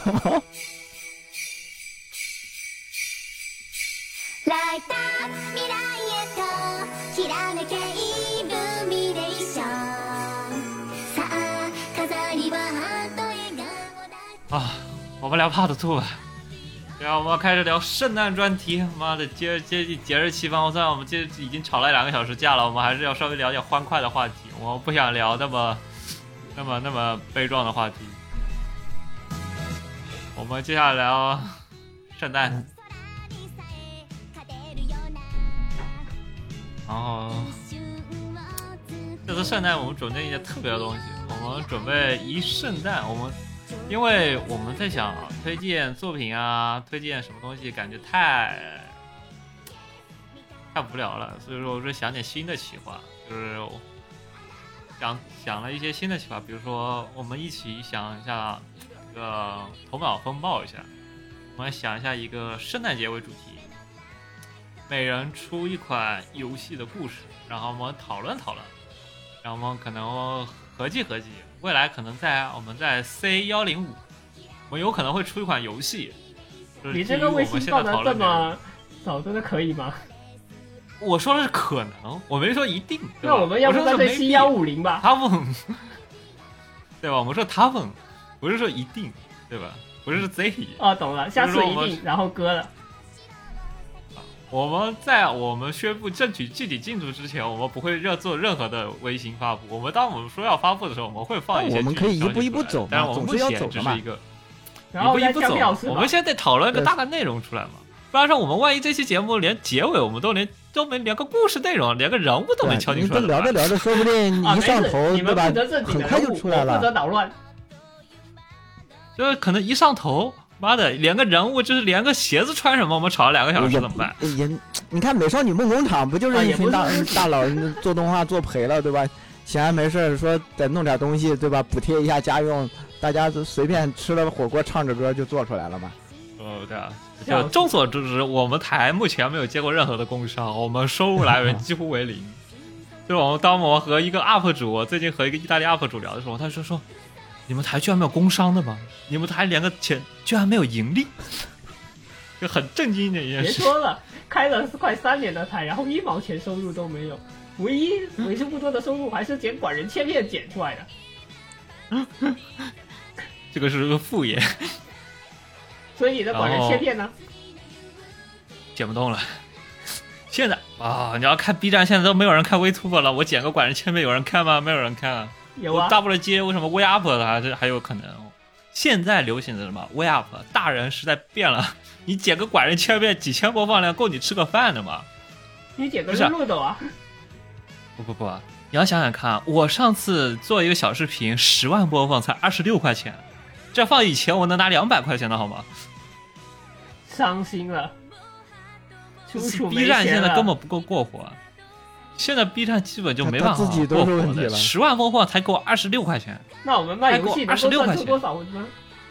啊，我们聊 Part 2吧。然后我们开始聊圣诞专题。妈的，接近节日气氛，虽然我们已经吵了2个小时架了，我们还是要稍微聊点欢快的话题。我不想聊那么悲壮的话题。我们接下来聊圣诞。然后这次圣诞我们准备一些特别的东西，我们准备一圣诞，因为我们在想推荐作品啊，推荐什么东西，感觉太无聊了，所以说我是想点新的企划，就是想了一些新的企划，比如说我们一起想一下一个头脑风暴一下，我们想一下一个圣诞节为主题，每人出一款游戏的故事，然后我们讨论讨论，然后我们可能合计，未来可能我们在 C105， 我们有可能会出一款游戏。 你这个微信放的这么早，真的可以吗？ 我说的是可能，我没说一定。 那我们要不干脆 C150 吧？ 他问，对吧？我们说他问，不是说一定，对吧？不是 Z。 哦，懂了，下次一定，然后割了。 我们宣布争取具体进度之前，我们不会做任何的微信发布。当我们说要发布的时候，我们会放一些。 我们可以一步一步走嘛， 但是我们目前只是一个一步一步走。我们现在得讨论一个大概内容出来嘛，不然说我们万一这期节目连结尾我们都没连个故事内容，连个人物都没敲进出来， 聊着，说不定一上头， 对吧？ 很快就出来了。 负责捣乱， 就是可能一上头。妈的，连个人物就是连个鞋子穿什么，我们吵了2个小时怎么办？ 你看《美少女梦工厂》不就是一群大佬做动画做赔了，对吧？闲没事说得弄点东西，对吧？补贴一下家用，大家就随便吃了火锅唱着歌就做出来了嘛。 对啊，就众所周知，我们台目前没有接过任何的工商，我们收入来源几乎为零。就当我和一个 UP 主，最近和一个意大利 UP 主聊的时候，他说。你们台居然没有工商的吗？你们台连个钱居然没有盈利，就很震惊的一件事。 别说了，开了快3年的台，然后1毛钱收入都没有，唯一为数不多的收入还是捡管人切片捡出来的。 这个是个副业。 所以你的管人切片呢？ 剪不动了。现在你要看 B 站，现在都没有人看 VTuber 了。我剪个管人切片，有人看吗？没有人看啊。 有啊， 我大不了接为什么 WeUp 的还有可能？现在流行的什么 WeUp， 大人时代变了，你剪个管人切片几千播放量够你吃个饭的吗？ 你剪个是路斗啊？ 不，你要想想看，我上次做一个小视频10万播放才26块钱，这放以前我能拿200块钱的好吗？ 伤心了。 B 站现在根本不够过火。现在 B 站基本就没办法， 自己都是问题了。 10万播放才给我26块钱， 那我们卖游戏能够赚出多少呢？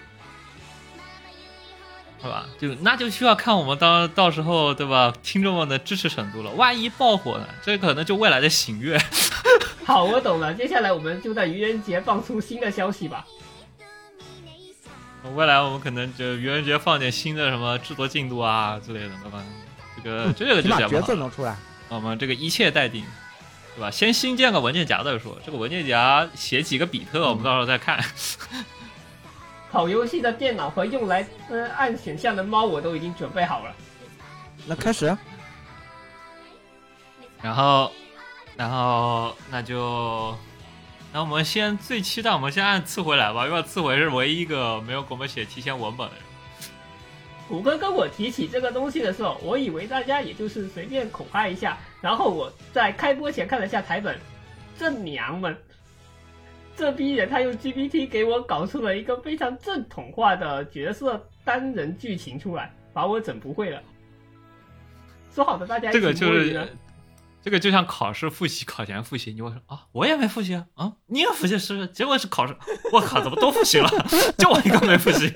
是吧？那就需要看我们到时候对吧，听众们的支持程度了。万一爆火呢？这可能就未来的喜悦。 好，我懂了。接下来我们就在愚人节放出新的消息吧。 未来我们可能就愚人节放点新的什么制作进度啊之类的，对吧？这个就讲角色能出来。 我们这个一切待定，对吧？先新建个文件夹再说，这个文件夹写几个比特，我们到时候再看。 跑游戏的电脑和用来按选项的猫我都已经准备好了。 那开始。 然后那我们先最期待，我们先按次回来吧，因为次回是唯一一个没有给我们写提前文本的人。 虎哥跟我提起这个东西的时候，我以为大家也就是随便口嗨一下，然后我在开播前看了一下台本，这娘们，这逼人他用 GPT 给我搞出了一个非常正统化的角色单人剧情出来，把我整不会了。说好的大家一起摸鱼呢？ 这个就像考试复习，考前复习，你会说啊，我也没复习啊，你也复习是，结果是考试，我靠，怎么都复习了，就我一个没复习。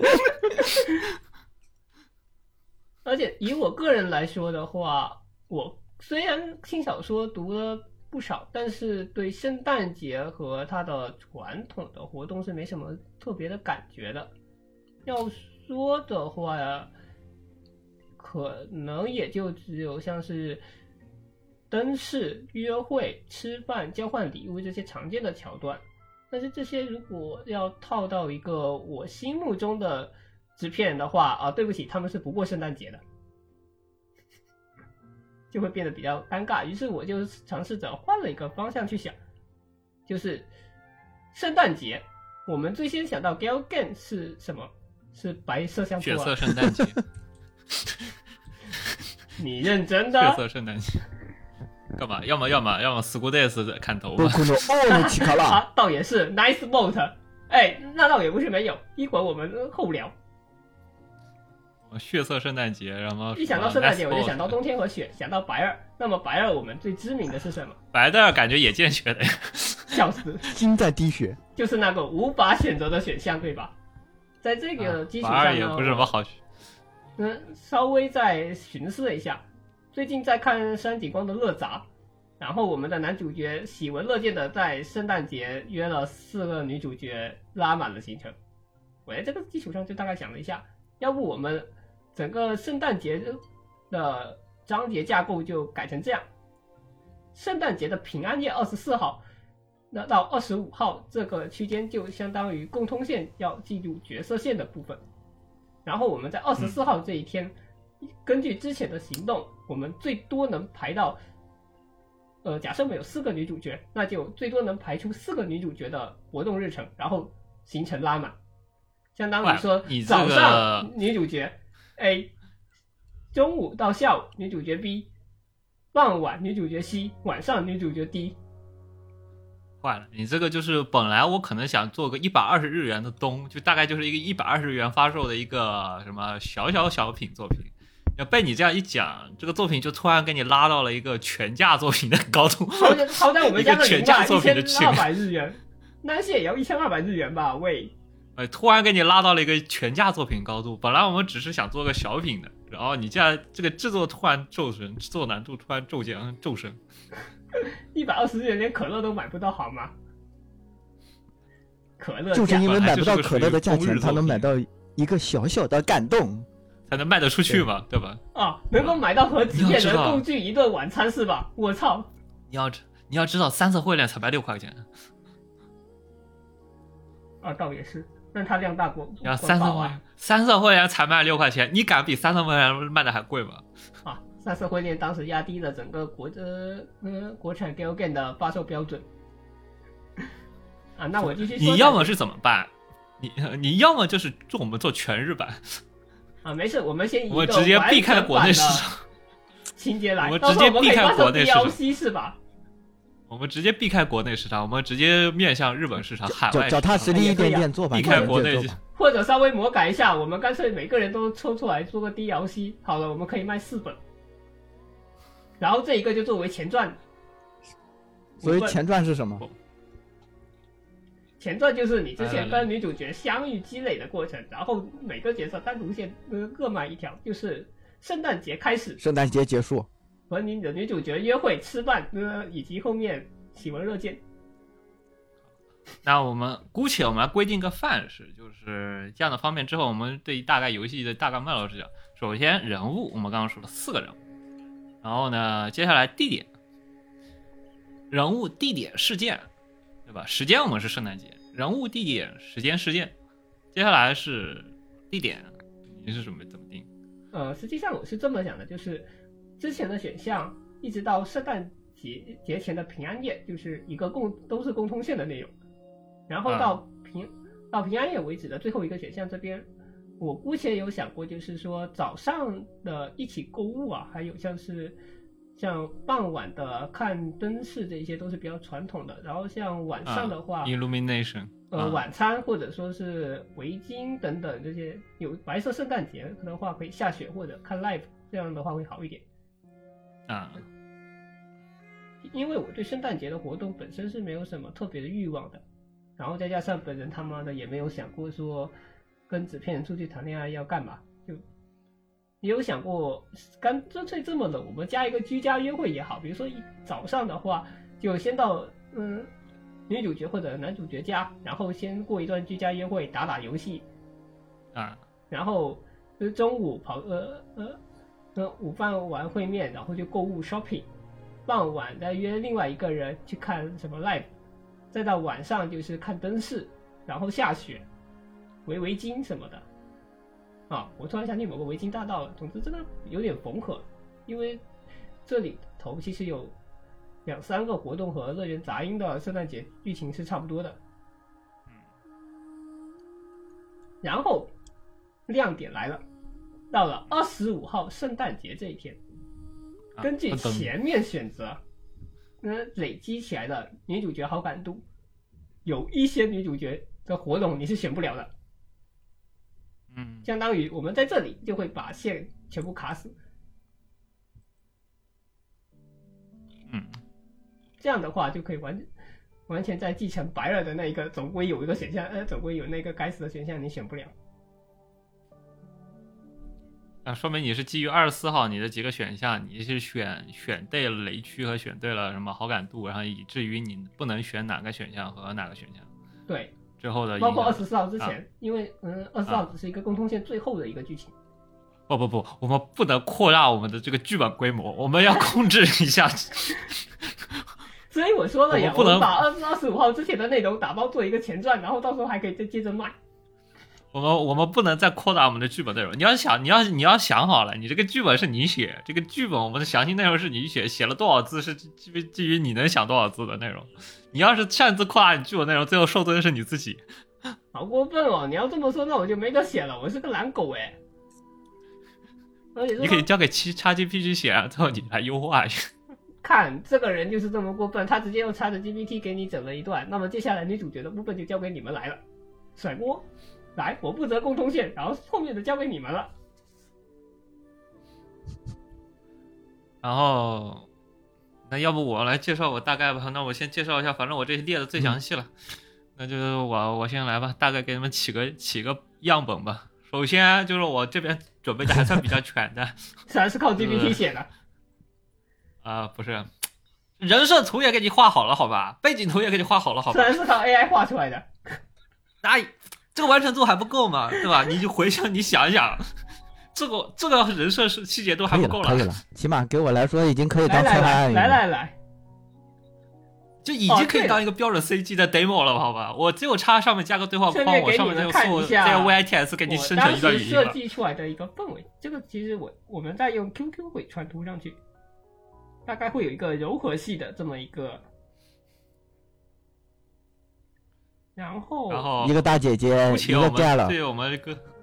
而且以我个人来说的话，我虽然轻小说读了不少，但是对圣诞节和它的传统的活动是没什么特别的感觉的。要说的话，可能也就只有像是灯饰、约会、吃饭、交换礼物这些常见的桥段。但是这些如果要套到一个我心目中的制片人的话啊，对不起，他们是不过圣诞节的，就会变得比较尴尬。于是我就尝试着换了一个方向去想，就是圣诞节，我们最先想到 Galgan 是什么？是白色相扑啊？ 血色圣诞节。 你认真的？ 血色圣诞节。干嘛？要么 School Days 砍头嘛。 奇卡拉啊，倒也是 Nice Vote。哎，那倒也不是没有，一会儿我们后聊。 血色圣诞节，然后一想到圣诞节，我就想到冬天和雪，想到白二。那么白二我们最知名的是什么？ 白二感觉也见血的呀， 笑死， 心在滴血， 就是那个无法选择的选项，对吧？在这个基础上呢， 白二也不是什么好选。 稍微再寻思了一下，最近在看山井光的乐杂，然后我们的男主角喜闻乐见的在圣诞节约了4个女主角拉满了行程。我在这个基础上就大概想了一下，要不我们整个圣诞节的章节架构就改成这样：圣诞节的平安夜24号，那到25号这个区间就相当于共通线要记住角色线的部分。然后我们在24号这一天，根据之前的行动，我们最多能排到，假设我们有4个女主角，那就最多能排出4个女主角的活动日程，然后行程拉满。相当于说，早上女主角 A， 中午到下午女主角 B， 傍晚女主角 C， 晚上女主角 D。 坏了，你这个就是本来我可能想做个120日元的冬，就大概就是一个120日元发售的一个什么小品作品，要被你这样一讲，这个作品就突然给你拉到了一个全价作品的高度。 好在我们家的全价作品的 1200日元，那些也要1200日元吧？喂， 突然给你拉到了一个全价作品高度。本来我们只是想做个小品的，然后你这个制作突然骤升，制作难度突然骤升。 120日元连可乐都买不到好吗？可乐就是因为买不到可乐的价钱，才能买到一个小小的感动， 才能卖得出去嘛， 对吧？ 啊，能够买到和纸片人共聚一顿晚餐是吧？我操！ 你要知道3色会员才卖6块钱。 啊，倒也是，但它量大过。 要3色会员才卖6块钱，你敢比3色会员卖的还贵吗？ 啊，3色会员当时压低了整个国产 Galgan 的发售标准。啊，那我继续说。 你要么是怎么办？你要么就是我们做全日版。 啊，没事，我们先以一个我直接避开国内市场情节来， 我直接避开国内市场 DLC 是吧？ 我们直接避开国内市场，我们直接面向日本市场、海外市场， 脚踏实地一点点做吧， 避开国内。 或者稍微魔改一下，我们干脆每个人都抽出来做个 DLC， 好了，我们可以卖4本，然后这一个就作为前传。 所以前传是什么？ 前传就是你之前跟女主角相遇积累的过程，然后每个角色单独线各买一条，就是圣诞节开始， 圣诞节结束， 和你的女主角约会、吃饭以及后面喜闻乐见。 那我们姑且我们来规定个范式，就是这样的方面之后，我们对大概游戏的大概脉络是这样：首先人物，我们刚刚说了4个人物，然后呢，接下来地点，人物、地点、事件，对吧？时间我们是圣诞节，人物、地点、时间、事件。接下来是地点，你是怎么定？ 实际上我是这么想的，就是之前的选项一直到圣诞节前的平安夜，就是一个都是共通线的内容。然后到平安夜为止的最后一个选项这边，我姑且有想过，就是说早上的一起购物啊，还有像傍晚的看灯饰，这些都是比较传统的。然后像晚上的话 ，illumination， 晚餐或者说是围巾等等这些，有白色圣诞节的话可以下雪或者看 live， 这样的话会好一点。因为我对圣诞节的活动本身是没有什么特别的欲望的，然后再加上本人他妈的也没有想过说跟纸片人出去谈恋爱要干嘛，就也有想过干脆这么冷，我们加一个居家约会也好，比如说早上的话就先到女主角或者男主角家，然后先过一段居家约会，打打游戏然后就是中午跑午饭玩烩面，然后就购物 shopping， 傍晚再约另外一个人去看什么 live， 再到晚上就是看灯饰，然后下雪，围巾什么的。啊，我突然想起某个围巾大道了。总之这个有点缝合，因为这里头其实有2-3个活动和乐园杂音的圣诞节剧情是差不多的。然后亮点来了，到了25号圣诞节这一天，根据前面选择累积起来的女主角好感度，有一些女主角的活动你是选不了的。相当于我们在这里就会把线全部卡死。这样的话就可以完全在继承白了的那一个总归有一个选项，总归有那个该死的选项你选不了。 说明你是基于24号你的几个选项，你是选对了雷区和选对了什么好感度，然后以至于你不能选哪个选项和哪个选项。 对， 之后的包括24号之前，因为24号只是一个共通线最后的一个剧情。 不，我们不能扩大我们的这个剧本规模，我们要控制一下。 所以我说了呀， 我们把25号之前的内容打包做一个前传，然后到时候还可以再接着卖。 我们不能再扩大我们的剧本内容。你要想好了，你这个剧本是你写，这个剧本我们的详细内容是你写了多少字是基于你能想多少字的内容。你要是擅自扩大你剧本内容，最后受罪的是你自己。 好过分哦！你要这么说，那我就没得写了，我是个懒狗哎。 你可以交给ChatGPT 写，然后你来优化一下。 看这个人就是这么过分，他直接用 ChatGPT 给你整了一段，那么接下来女主角的部分就交给你们来了，甩锅。来，我负责共通线，然后后面的交给你们了。 然后，那要不我来介绍我大概吧？那我先介绍一下，反正我这列的最详细了。那就是我先来吧，大概给你们起个样本吧。首先就是我这边准备的还算比较全的， 虽然是靠 GPT 写的。 不是，人设图也给你画好了，好吧？背景图也给你画好了，好吧？ 虽然是靠 AI 画出来的。 这个完成度还不够嘛，对吧？你就回想，你想一想，这个人设是细节都还不够可以了，起码给我来说已经可以当策划案来， 就已经可以当一个标准 CG 的 demo 了，好吧？我就差上面加个对话框，我上面就做这个 VITS 给你生成一段语音了。 设计出来的一个氛围，这个其实我们在用 QQ 会传图上去，大概会有一个柔和系的这么一个。然后一个大姐姐，一个 gala， 对我们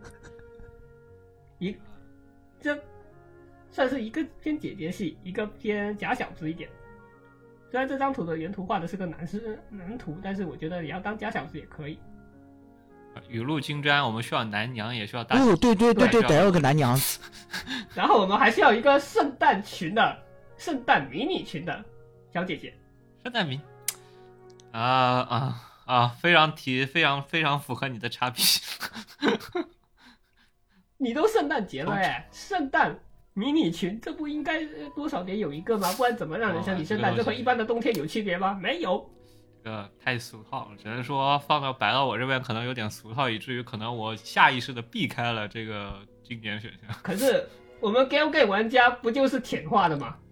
这算是一个偏姐姐系，一个偏假小子一点。虽然这张图的原图画的是个男图，但是我觉得你要当假小子也可以。 雨露均沾，我们需要男娘，也需要大姐姐。 对，得有个男娘。 然后我们还需要一个圣诞迷你裙的小姐姐。 圣诞迷非常符合你的叉 P。 你都圣诞节了哎，圣诞迷你裙，这不应该多少得有一个吗？不然怎么让人想起圣诞？这和一般的冬天有区别吗？没有。 这个太俗套了，只能说放到摆到我这边可能有点俗套，以至于可能我下意识的避开了这个经典选项。 可是我们 Galgame 玩家不就是舔化的吗？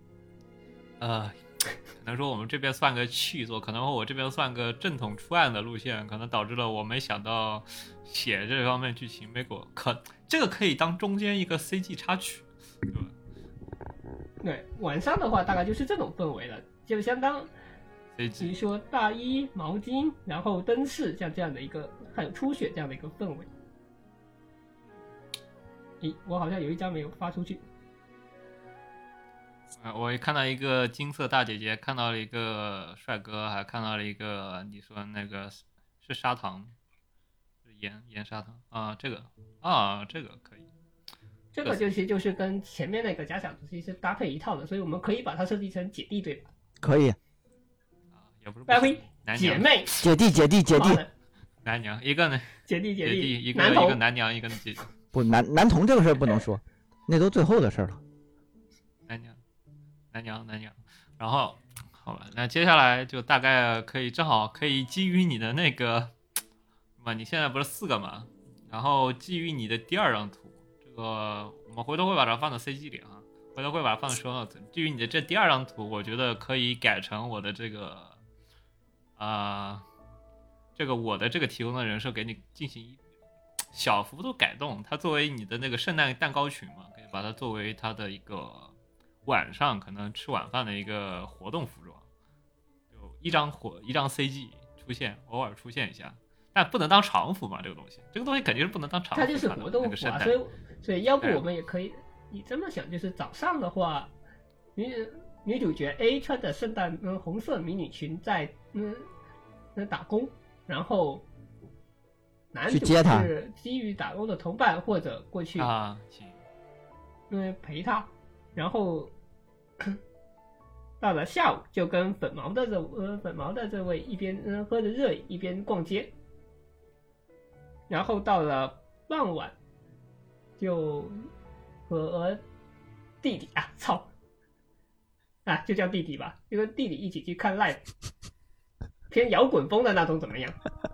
可能说我们这边算个气作，可能我这边算个正统出案的路线，可能导致了我没想到写这方面剧情没过。这个可以当中间一个 CG 插曲，对吧？ 对，晚上的话大概就是这种氛围了，就相当比如说大衣、毛巾，然后灯饰，像这样的一个还有初雪这样的一个氛围。咦，我好像有一张没有发出去。 我也看到一个金色大姐姐，看到了一个帅哥，还看到了一个你说那个是砂糖，是盐砂糖啊，这个可以。 这个就是跟前面那个假小子其实搭配一套的，所以我们可以把它设计成姐弟，对吧？ 可以。 也不是拜辉姐妹姐弟男娘一个呢， 姐弟一个男娘一个姐姐。 不男童这个事儿不能说，那都最后的事了。 男娘，然后好吧，那接下来就大概正好可以基于你的那个，你现在不是4个嘛？ 然后基于你的第2张图，这个我们回头会把它放到 CG 里啊，回头会把它放到 show notes。基于你的这第2张图，我觉得可以改成我的这个我的这个提供的人设给你进行一小幅度改动，它作为你的那个圣诞蛋糕群嘛，可以把它作为它的一个晚上可能吃晚饭的一个活动服装，就一张 CG 出现，偶尔出现一下，但不能当常服嘛，这个东西肯定是不能当常服的， 它就是活动服啊，所以要不我们也可以，你这么想，就是早上的话，女主角 A 穿着圣诞红色迷你裙在打工，然后男主是基于打工的同伴或者过去陪他，然后到了下午就跟粉毛的这位一边喝着热饮一边逛街，然后到了傍晚就和弟弟就叫弟弟吧，就跟弟弟一起去看 live， 偏摇滚风的那种怎么样？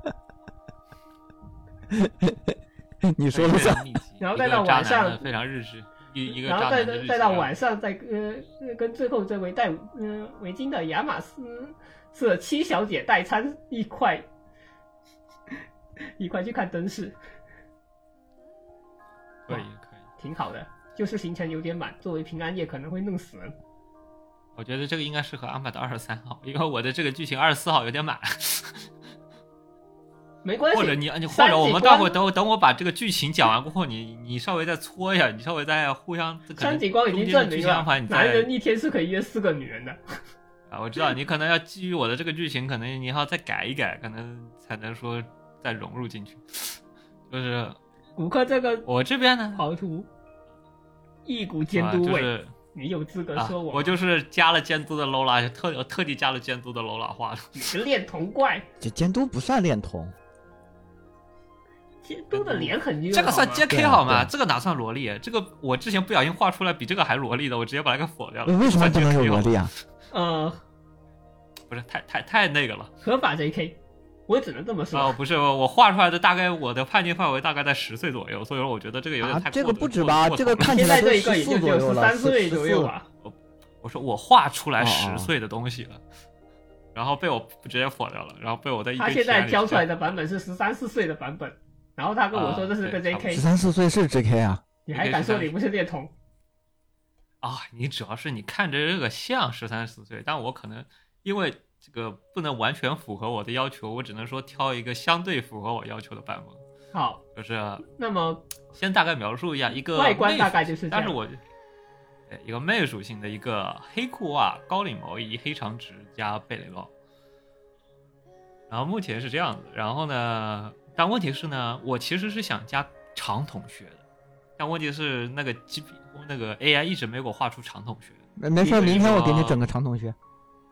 你说的算。 然后再到晚上非常日式， 然后再到晚上再跟最后这位戴围巾的亚马色七小姐代餐一块去看灯饰， 可以， 挺好的，就是行程有点满，作为平安夜可能会弄死人。 我觉得这个应该适合安排到23号，因为我的这个剧情24号有点满。 没关系， 或者我们待会等我把这个剧情讲完过后，你稍微再搓一下，你稍微再互相。 三井光已经证明了，男人一天是可以约4个女人的。 我知道你可能要基于我的这个剧情，可能你要再改一改，可能才能说再融入进去。就是骨科这个我这边呢， 好图一股监督味。 就是你有资格说我就是加了监督的 Lola， 特地加了监督的 Lola 画的。 你个恋童怪， 这监督不算恋童。 监督的脸很热， 这个算 JK 好吗？这个哪算萝莉？这个我之前不小心画出来比这个还萝莉的，我直接把它给否掉了。 为什么不能有萝莉啊？ 不是太那个了， 合法 JK， 我只能这么说。 不是，我画出来的大概我的判定范围大概在10岁左右，所以说我觉得这个有点太这个不止吧？这个看起来都14 左右了，13岁左右吧。 我说我画出来10岁的东西了。然后被我直接否掉了，然后被我的他现在挑出来的版本是13、14岁的版本，然后他跟我说这是个 JK。 13、14岁是 JK 啊？ 你还敢说你不是恋童？ 你主要是你看着这个像13、14岁，但我可能因为这个不能完全符合我的要求，我只能说挑一个相对符合我要求的版本。 好， 就是那么先大概描述一下一个外观大概就是这样， 但是我一个妹属性的一个黑裤袜、高领毛衣、黑长直加贝雷帽，然后目前是这样子。然后呢，但问题是呢，我其实是想加长筒靴的，但问题是那个 AI 一直没给我画出长筒靴。 没事，明天我给你整个长筒靴。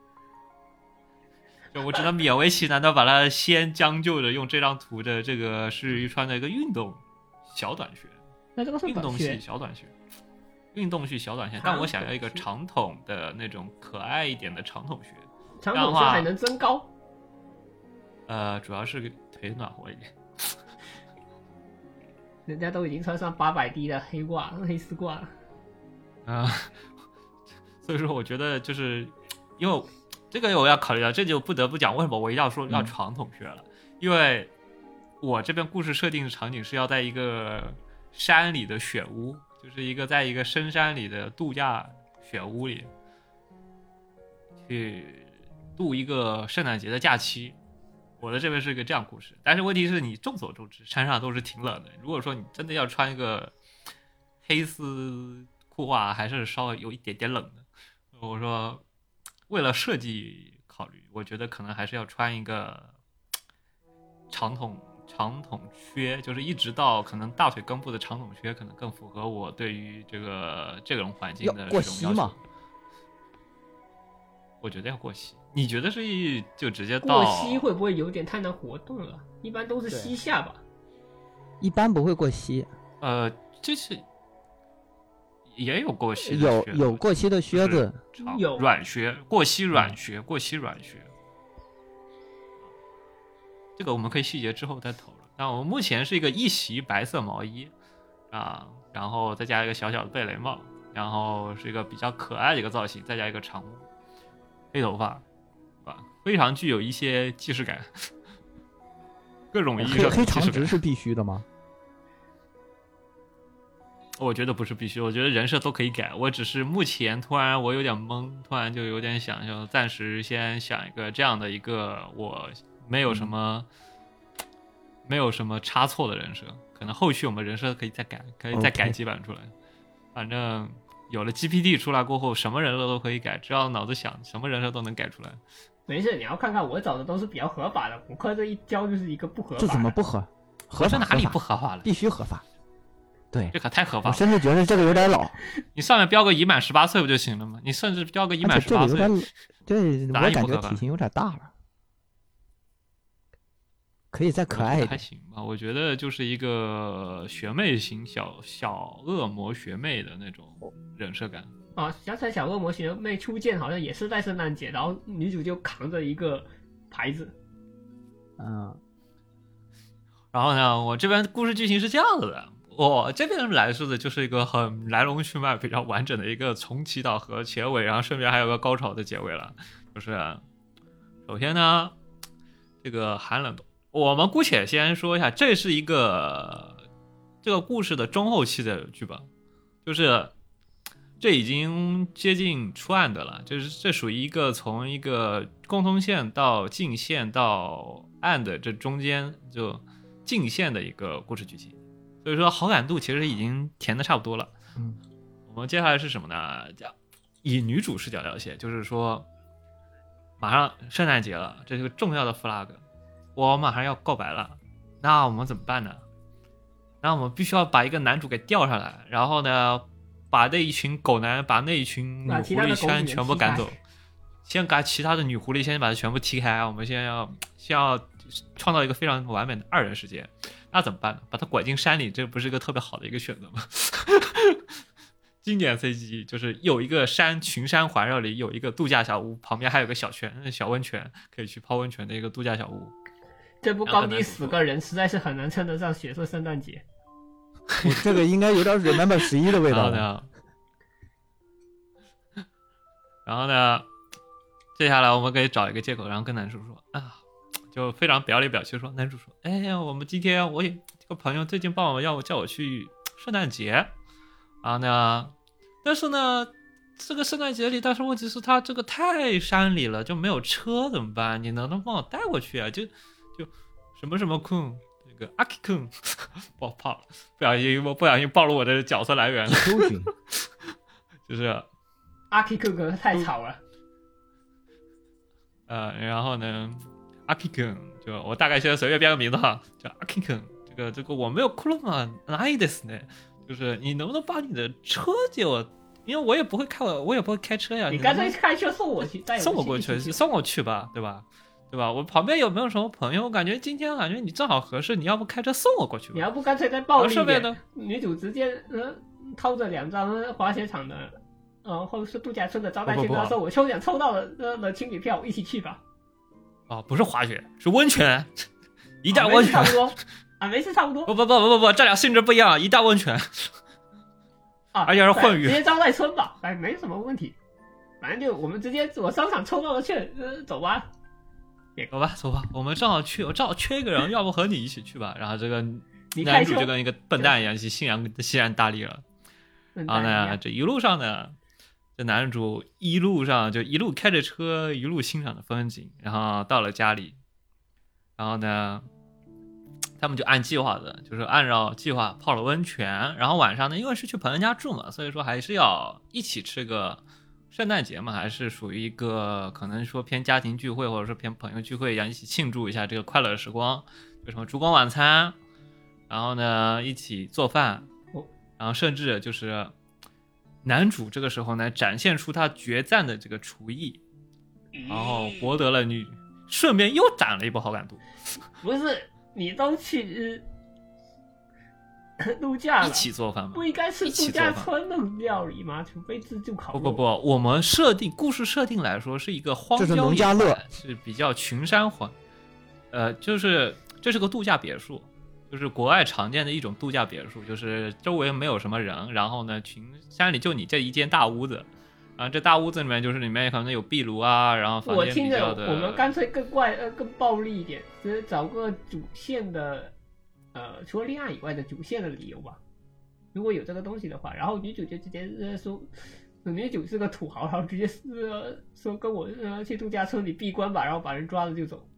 就我只能勉为其难的把它先将就着用这张图的这个是穿的一个运动小短靴， 那这个是运动系小短靴。运动系小短靴，但我想要一个长筒的那种可爱一点的长筒靴。 长筒靴还能增高？ 主要是腿暖和一点。 人家都已经穿上800D 的黑袜、黑丝袜了。 所以说我觉得就是因为这个我要考虑到，这就不得不讲为什么我一定要说要长筒靴了，因为我这边故事设定的场景是要在一个山里的雪屋。就是在一个深山里的度假雪屋里去度一个圣诞节的假期。我的这边是一个这样故事，但是问题是你众所周知山上都是挺冷的，如果说你真的要穿一个黑丝裤袜还是稍微有一点点冷的。我说为了设计考虑，我觉得可能还是要穿一个长筒靴，就是一直到可能大腿根部的长筒靴，可能更符合我对于这种环境的这种要求。我觉得要过膝，你觉得是就直接到过膝会不会有点太难活动了？一般都是膝下吧。 一般不会过膝。 这是也有过膝的靴子， 有过膝的靴子， 有软靴，过膝软靴。这个我们可以细节之后再讨论。 那我目前是一个一袭白色毛衣啊，然后再加一个小小的贝雷帽，然后是一个比较可爱的一个造型，再加一个长黑头发，非常具有一些既视感。各种意义上黑长直是必须的吗？ 我觉得不是必须，我觉得人设都可以改。我只是目前突然我有点懵，突然就有点想要暂时先想一个这样的一个我没有什么差错的人设，可能后续我们人设可以再改，可以再改几版出来。反正有了 GPT 出来过后，什么人设都可以改，只要脑子想，什么人设都能改出来。 没事，你要看看我找的都是比较合法的，骨科这一教就是一个不合法的。 这怎么不合？合法哪里不合法了？ 必须合法。对， 这可太合法了。 我甚至觉得这个有点老。 你上面标个已满18岁不就行了吗？你甚至标个已满18岁， 对，我感觉体型有点大了。可以再可爱一点。 还行吧，我觉得就是一个学妹型小恶魔学妹的那种人设感。 啊，想起来小恶魔学妹初见好像也是在圣诞节，然后女主就扛着一个牌子。 然后呢，我这边故事剧情是这样子的，我这边来说的就是一个很来龙去脉比较完整的一个从起到合结尾，然后顺便还有个高潮的结尾了。就是首先呢，这个寒冷，我们姑且先说一下，这是一个这个故事的中后期的剧本，就是这已经接近出案的了，就是这属于一个从一个共通线到近线到案的这中间就近线的一个故事剧情，所以说好感度其实已经填的差不多了。我们接下来是什么呢？以女主视角了解，就是说马上圣诞节了，这是个重要的 flag， 我马上要告白了，那我们怎么办呢？那我们必须要把一个男主给调上来，然后呢把那一群狗男，把那一群女狐狸全部赶走，先把其他的女狐狸先把它全部踢开。我们先要创造一个非常完美的二人世界，那怎么办呢？把它拐进山里，这不是一个特别好的一个选择吗？经典 CG 就是有一个群山环绕里有一个度假小屋，旁边还有个小温泉，可以去泡温泉的一个度假小屋。 这部高低10个人实在是很难称得上血色圣诞节。 这个应该有点 Remember 11的味道。 然后呢，接下来我们可以找一个借口，然后跟男主说啊，就非常表里表气说，男主说，哎呀，我们今天我也这个朋友最近帮我叫我去圣诞节，然后呢，但是呢，这个圣诞节里，但是问题是他这个太山里了，就没有车怎么办？你能不能帮我带过去啊？就什么什么坤。这个阿 K 坤，我怕了，不小心暴露我的角色来源了。就是阿 K 坤太吵了。 然后呢，阿 K 坤就我大概现在随便编个名字哈，叫阿 K 坤。这个我没有库洛玛哪里的呢？就是你能不能把你的车借我？因为我也不会开车呀。 你干脆开车送我去， 送我过去，送我去吧，对吧？对吧？我旁边有没有什么朋友？我感觉今天你正好合适，你要不开车送我过去吧？ 你要不干脆再暴力一点，女主直接掏着2张滑雪场的，或者是度假村的招待券，说我抽奖抽到了情侣票，一起去吧。 不是滑雪，是温泉，一大温泉。 差不多啊，没事差不多。 不，这俩性质不一样，一大温泉。而且是混浴， 直接招待村吧，没什么问题。反正就我们直接我商场抽到了券，走吧。 走吧，我正好缺一个人，要不和你一起去吧？然后这个男主就跟一个笨蛋一样，欣然大力了。然后呢，这一路上呢，这男主一路开着车，一路欣赏着风景，然后到了家里，然后呢，他们就按计划的，就是按照计划泡了温泉，然后晚上呢，因为是去朋友家住嘛，所以说还是要一起吃个。圣诞节嘛，还是属于一个可能说偏家庭聚会，或者说偏朋友聚会一样，一起庆祝一下这个快乐的时光，就什么烛光晚餐，然后呢一起做饭，然后甚至就是男主这个时候呢展现出他决战的这个厨艺，然后博得了顺便又涨了一波好感度。 不是你都去度假了， 一起做饭吗？ 不应该是度假村的料理吗？除非自助烤肉。 不，我们故事设定来说是一个荒郊野外，是比较群山环，就是这是个度假别墅， 就是国外常见的一种度假别墅，就是周围没有什么人，然后呢，山里就你这一间大屋子，啊，这大屋子里面就是里面可能有壁炉啊，然后房间比较的。 我们干脆更暴力一点，就是找个主线的，除了恋爱以外的主线的理由吧。如果有这个东西的话，然后女主就直接说，女主是个土豪，然后直接说跟我去度假村里闭关吧，然后把人抓了就走。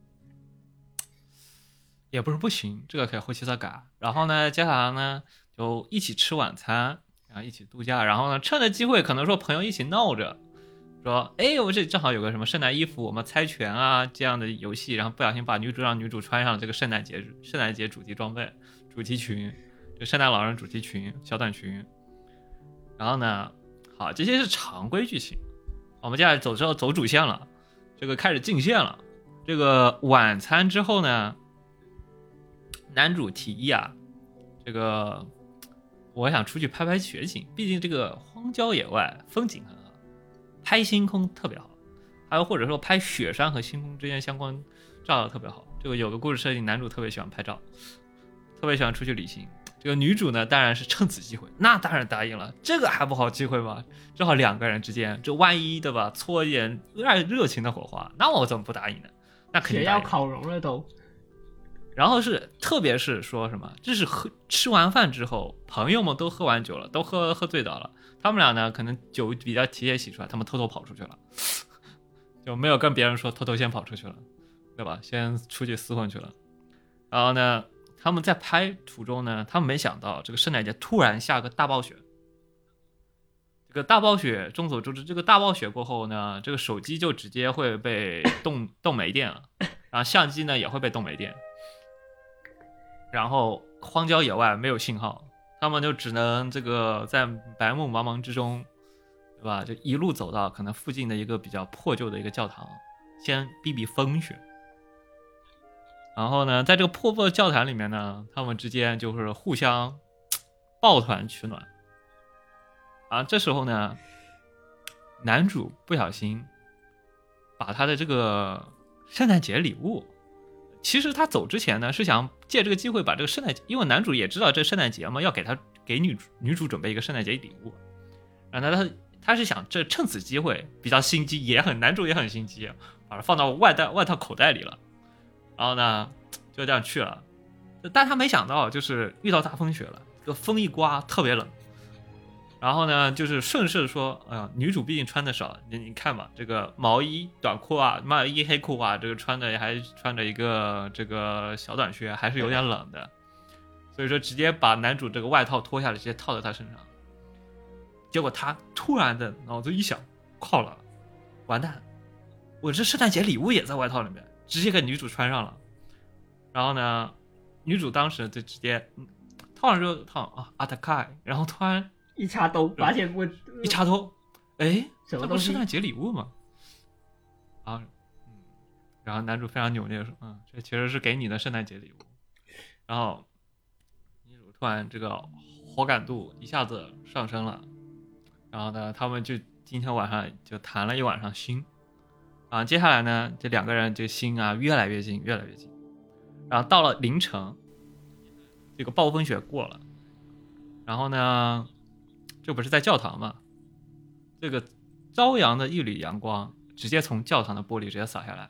也不是不行，这个可以后期再改。然后呢，接下来呢就一起吃晚餐，然后一起度假，然后呢趁着机会，可能说朋友一起闹着，说哎，我这正好有个什么圣诞衣服，我们猜拳啊这样的游戏，然后不小心把让女主穿上了这个圣诞节主题装备，主题裙，这圣诞老人主题裙小短裙。然后呢，好，这些是常规剧情，我们接下来走主线了，这个开始进线了。这个晚餐之后呢，男主提议啊，这个我想出去拍雪景，毕竟这个荒郊野外风景很好，拍星空特别好，还有或者说拍雪山和星空之间相关照特别好。这个有个故事设定，男主特别喜欢拍照，特别喜欢出去旅行。这个女主呢，当然是趁此机会，那当然答应了，这个还不好机会吗？正好两个人之间，这万一对吧，搓一点热情的火花，那我怎么不答应呢？那肯定答应。 血要烤融了都。 然后特别是说什么，这是吃完饭之后，朋友们都喝完酒了，都喝醉倒了，他们俩呢可能酒比较提前洗出来，他们偷偷跑出去了，就没有跟别人说，偷偷先跑出去了，对吧？先出去厮混去了。然后呢，他们在拍途中呢，他们没想到这个圣诞节突然下个大暴雪。这个大暴雪，众所周知，这个大暴雪过后呢，这个手机就直接会被冻没电了，然后相机呢也会被冻没电。然后荒郊野外没有信号，他们就只能这个在白雾茫茫之中，对吧？就一路走到可能附近的一个比较破旧的一个教堂，先避风雪。然后呢，在这个破教堂里面呢，他们之间就是互相抱团取暖。啊，这时候呢，男主不小心把他的这个圣诞节礼物。其实他走之前呢，是想借这个机会把这个圣诞节，因为男主也知道这圣诞节嘛，要给女主准备一个圣诞节礼物，然后他是想趁此机会比较心机，男主也很心机，把它放到外套口袋里了，然后呢就这样去了，但他没想到就是遇到大风雪了，这个风一刮特别冷。然后呢，就是顺势说，女主毕竟穿的少，你看嘛，这个毛衣、短裤啊，毛衣、黑裤啊，这个还穿着一个这个小短靴，还是有点冷的，所以说直接把男主这个外套脱下来，直接套在他身上。结果他突然的脑子一想，靠了，完蛋，我这圣诞节礼物也在外套里面，直接给女主穿上了。然后呢，女主当时就直接套上之后阿塔开，然后突然。 一插兜，发现我一插兜，哎， 什么东西？ 这不是圣诞节礼物吗？啊，然后男主非常扭捏说，这其实是给你的圣诞节礼物。然后女主突然这个好感度一下子上升了，然后呢，他们就今天晚上就谈了一晚上心，啊，接下来呢，这两个人这心啊越来越近，越来越近，然后到了凌晨，这个暴风雪过了，然后呢。这不是在教堂吗？这个朝阳的一缕阳光直接从教堂的玻璃直接洒下来。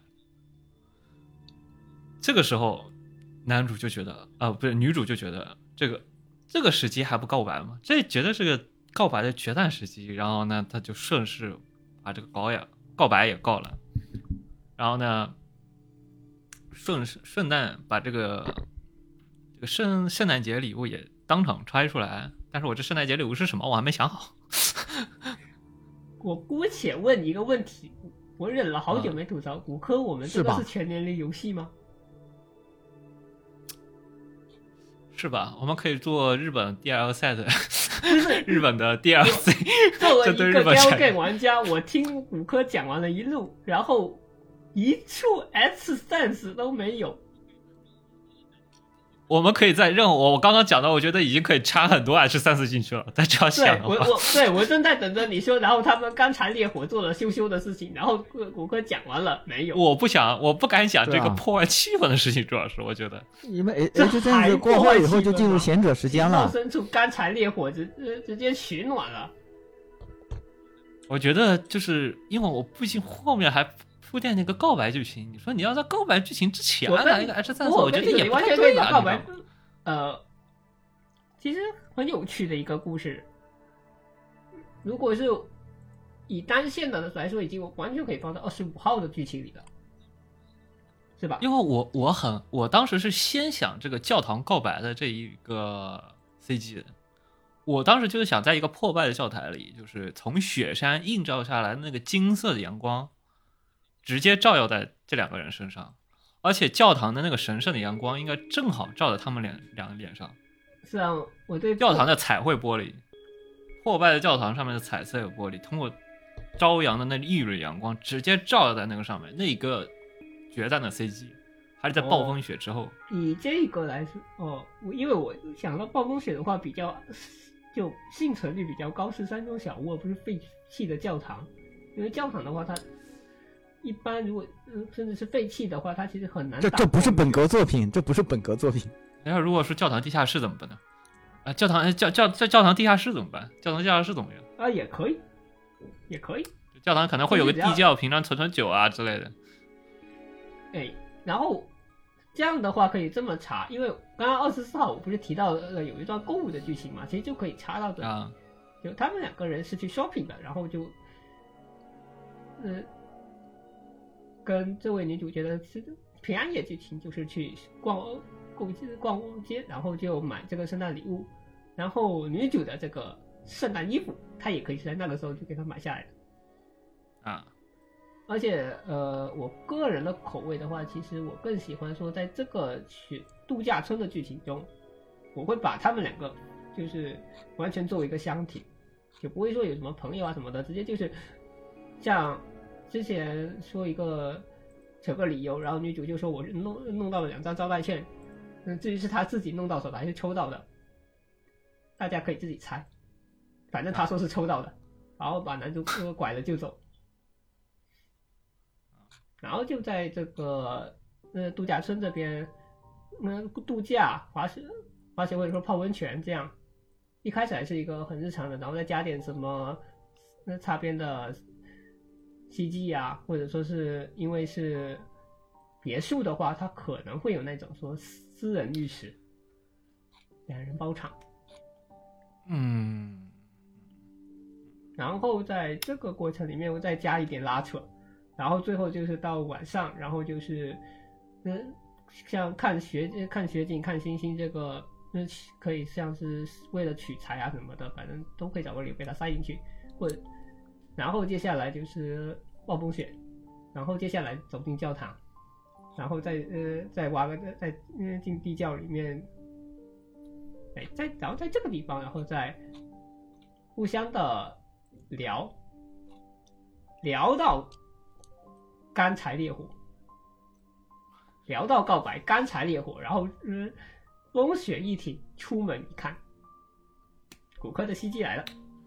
这个时候，男主就觉得不是女主就觉得这个时机还不告白吗？这绝对是个告白的决断时机。然后呢，他就顺势把这个告白也告了。然后呢，顺带把这个圣诞节礼物也当场拆出来。但是我这圣诞节礼物是什么我还没想好。 我姑且问一个问题，我忍了好久没吐槽，骨科我们这个是全年龄游戏吗？ 是吧？我们可以做日本 DLC 的日本的 DLC。 作为一个 Galgame 玩家，我听骨科讲完了一路，然后一处 S sense 都没有。 我们可以再我刚刚讲的，我觉得已经可以插很多H34进去了。再这样想的话， 我正在等着你说，然后他们干柴烈火做了羞的事情，然后骨科讲完了没有？ 我不敢讲这个破坏气氛的事情，主要是我觉得， 因为H阵子过后以后就进入贤者时间了， 深处干柴烈火直接取暖了。 我觉得就是因为我毕竟后面还铺垫那个告白剧情，你说你要在告白剧情之前来一个 H34，我觉得也不太对啊。 告白，其实很有趣的一个故事。如果是以单线的来说，已经完全可以放到25号的剧情里了，是吧？ 因为我当时是先想这个教堂告白的这一个 CG 的。我当时就是想在一个破败的教堂里，就是从雪山映照下来那个金色的阳光直接照耀在这两个人身上，而且教堂的那个神圣的阳光应该正好照在他们两个脸上。 是啊，我对教堂的彩绘玻璃，破败的教堂上面的彩色玻璃，通过朝阳的那熠熠阳光直接照耀在那个上面，那一个决战的 CG， 还是在暴风雪之后。 以这个来说，因为我想到暴风雪的话比较就幸存率比较高，是山中小屋，而不是废弃的教堂。因为教堂的话，它一般如果甚至是废弃的话，它其实很难打。 这不是本格作品，这不是本格作品。 那如果是教堂地下室怎么办呢？教堂地下室怎么办？教堂地下室怎么样？ 啊，也可以。 教堂可能会有个地窖，平常存酒啊之类的。 哎，然后这样的话可以这么查，因为刚刚24号我不是提到了有一段购物的剧情嘛，其实就可以查到的。 啊， 就他们两个人是去 shopping 的，然后就跟这位女主角的平安夜剧情就是去逛街，然后就买这个圣诞礼物，然后女主的这个圣诞衣服，她也可以是在那个时候就给她买下来的啊。 而且我个人的口味的话，其实我更喜欢说，在这个度假村的剧情中，我会把他们两个就是完全作为一个箱体，就不会说有什么朋友啊什么的，直接就是像之前说一个扯个理由，然后女主就说我弄到了2张招待券，至于是她自己弄到手的还是抽到的，大家可以自己猜，反正她说是抽到的，然后把男主拐了就走。然后就在这个度假村这边，度假滑雪或者说泡温泉这样，一开始还是一个很日常的，然后再加点什么擦边的CG啊，或者说是因为是别墅的话，它可能会有那种说私人浴室，2人包场。然后在这个过程里面，我再加一点拉扯。然后最后就是到晚上，然后就是像看雪景看星星这个可以像是为了取材啊什么的，反正都可以找个理由给它塞进去，或者然后接下来就是暴风雪，然后接下来走进教堂，然后再挖个再进地窖里面，然后在这个地方，然后再互相的聊到干柴烈火，聊到告白，干柴烈火，然后风雪一停，出门一看，骨科的CG来了。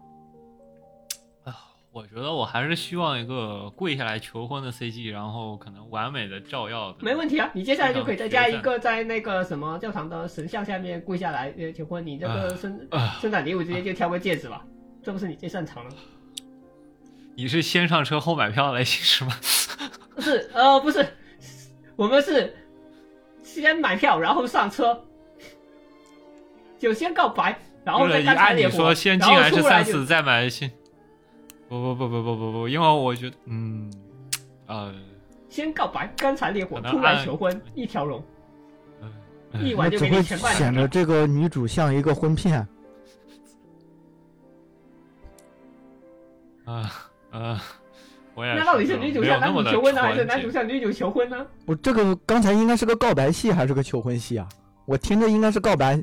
我觉得我还是希望一个跪下来求婚的 CG， 然后可能完美的照耀的。 没问题啊，你接下来就可以再加一个在那个什么教堂的神像下面跪下来求婚，你这个圣诞礼物直接就挑个戒指吧，这不是你最擅长的。 你是先上车后买票类型是吗？ 不是，我们是先买票然后上车，就先告白，然后再干柴烈火。 按你说先进还是34再买先？不，因为我觉得先告白，干柴烈火，突然求婚，一条龙，一晚就给你全办了。 显得这个女主像一个婚骗。 那到底是女主向男主求婚呢，还是男主向女主求婚呢？ 我这个刚才应该是个告白戏还是个求婚戏啊？我听着应该是告白。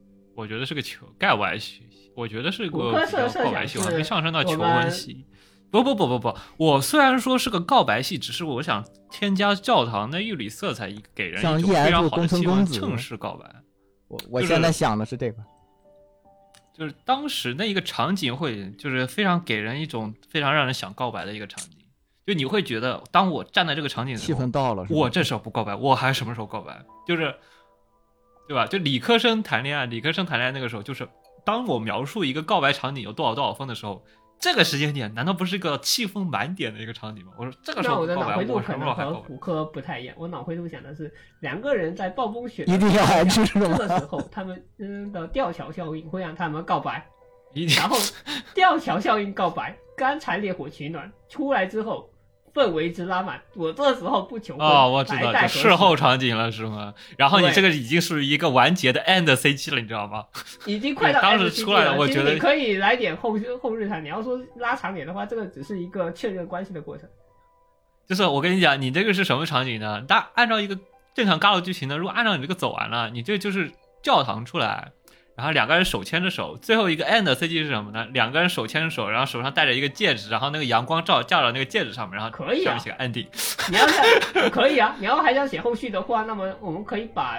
我觉得是个告白戏，我觉得是个告白戏，还没上升到求婚戏。 不，我虽然说是个告白戏，只是我想添加教堂的玉里色彩，给人一种非常好的气氛，正式告白。 我现在想的是这个， 就是当时那一个场景会，就是非常给人一种非常让人想告白的一个场景。就你会觉得，当我站在这个场景的时候， 气氛到了， 我这时候不告白，我还什么时候告白？就是，对吧？就理科生谈恋爱那个时候，就是当我描述一个告白场景有多少分的时候，这个时间点难道不是一个气氛满点的一个场景吗？我说这个时候告白， 那我的脑回路可能和骨科不太一样。我脑回路想的是，两个人在暴风雪一定要爱吃这个时候，他们的吊桥效应会让他们告白，然后吊桥效应告白，干柴烈火取暖，出来之后。氛围之拉满，我这时候不求婚我知道，就事后场景了是吗？然后你这个已经属于一个完结的 end CG 了，你知道吗？ 已经快到 end CG 了。当时出来了，我觉得你可以来点后日谈。你要说拉长点的话，这个只是一个确认关系的过程。 就是我跟你讲，你这个是什么场景呢？但按照一个正常尬楼剧情呢，如果按照你这个走完了，你这就是教堂出来。然后两个人手牵着手，最后一个 end CG 是什么呢？两个人手牵着手，然后手上戴着一个戒指，然后那个阳光照到那个戒指上面，然后可以啊， 上面写个 ending。 你要想可以啊，你要还想写后续的话，那么我们可以把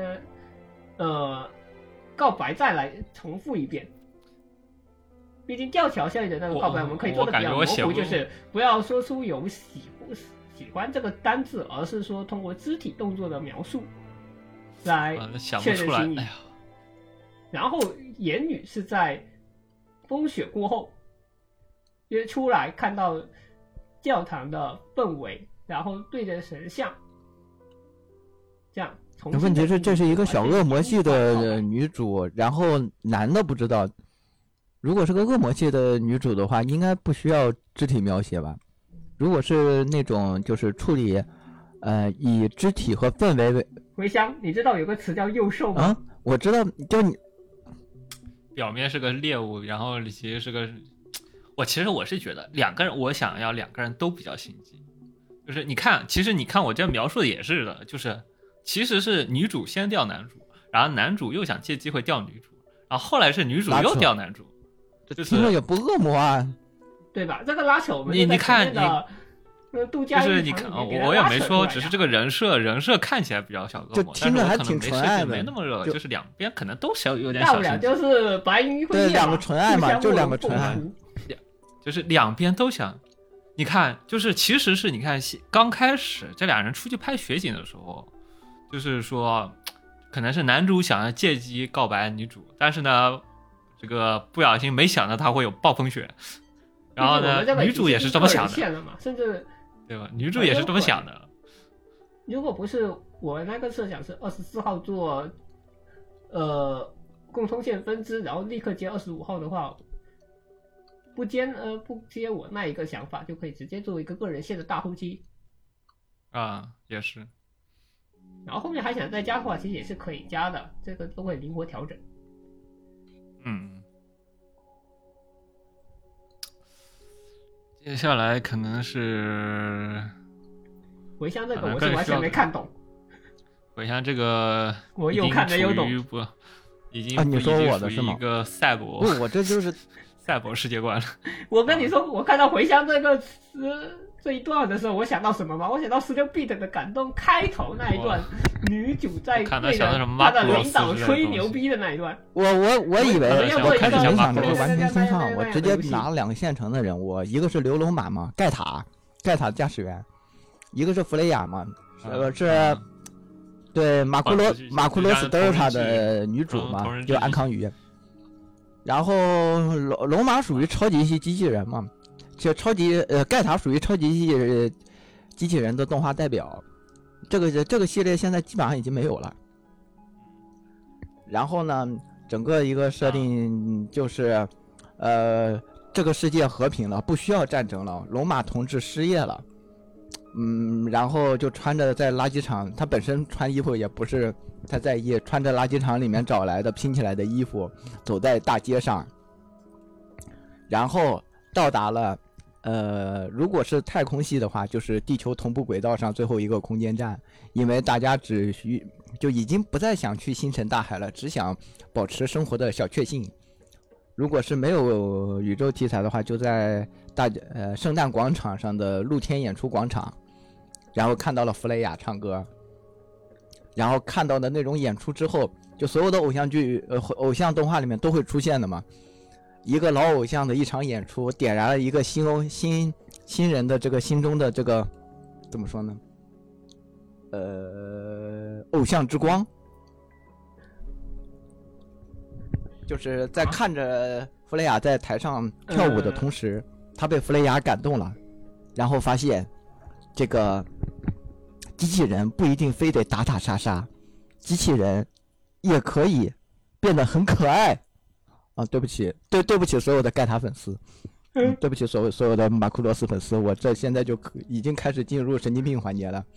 告白再来重复一遍。毕竟吊桥效应的那个告白，我们可以做的比较模糊，就是不要说出有喜欢这个单字，而是说通过肢体动作的描述来确认心意。然后言语是在风雪过后约出来，看到教堂的氛围，然后对着神像，这样。 问题是这是一个小恶魔系的女主，然后男的不知道。如果是个恶魔系的女主的话，应该不需要肢体描写吧？如果是那种就是处理，以肢体和氛围为。 回香，你知道有个词叫幼兽吗？ 我知道，就你。 表面是个猎物，然后其实是个，其实我是觉得两个人，我想要两个人都比较心机，就是其实你看我这描述的也是的，就是其实是女主先钓男主，然后男主又想借机会钓女主，然后后来是女主又钓男主， 这听着也不恶魔啊， 对吧？这个拉扯我们你看度假就是你看，我也没说，只是这个人设看起来比较小恶魔， 就听着还挺纯爱的， 没那么热，就是两边可能都有点小心机。大不了就是白云会对，两个纯爱嘛，就两个纯爱， 就是两边都想。你看，就是其实是你看刚开始这俩人出去拍雪景的时候，就是说可能是男主想要借机告白女主，但是呢，这个不小心没想到他会有暴风雪，然后呢，女主也是这么想的， 甚至。 对吧？女主也是这么想的。 如果不是我那个设想是24号做共通线分支，然后立刻接25号的话，不接我那一个想法，就可以直接做一个个人线的大后期。 也是。 然后后面还想再加的话，其实也是可以加的，这个都会灵活调整。 接下来可能是回乡这个，我是完全没看懂。 回乡这个我又看着又懂， 已经你说我的是吗？ 一个赛博， 不，我这就是赛博世界观了。 我跟你说，我看到回乡这一段的时候，我想到什么吗？我想到16bit的感动开头那一段，女主在对着她的领导吹牛逼的那一段。 我以为我开始没想着会完全新创，我直接拿了2个现成的人物，一个是刘龙马嘛，盖塔驾驶员，一个是弗雷亚嘛，是对马库罗斯德尔塔的女主嘛，就安康鱼。然后龙马属于超级系机器人嘛。就盖塔属于超级机器人的动画代表，这个系列现在基本上已经没有了。然后呢，整个一个设定就是，这个世界和平了，不需要战争了，龙马同志失业了，然后就穿着在垃圾场，他本身穿衣服也不是太在意，穿着垃圾场里面找来的拼起来的衣服，走在大街上，然后到达了。如果是太空系的话，就是地球同步轨道上最后一个空间站，因为大家就已经不再想去星辰大海了，只想保持生活的小确幸。 如果是没有宇宙题材的话，就在圣诞广场上的露天演出广场，然后看到了弗雷亚唱歌，然后看到的那种演出之后，就所有的偶像剧偶像动画里面都会出现的嘛，一个老偶像的一场演出，点燃了一个新人的这个心中的这个怎么说呢？偶像之光。就是在看着弗雷亚在台上跳舞的同时，他被弗雷亚感动了，然后发现这个机器人不一定非得打打杀杀，机器人也可以变得很可爱啊！对不起，对不起所有的盖塔粉丝，对不起所有的马库罗斯粉丝，我这现在就已经开始进入神经病环节了。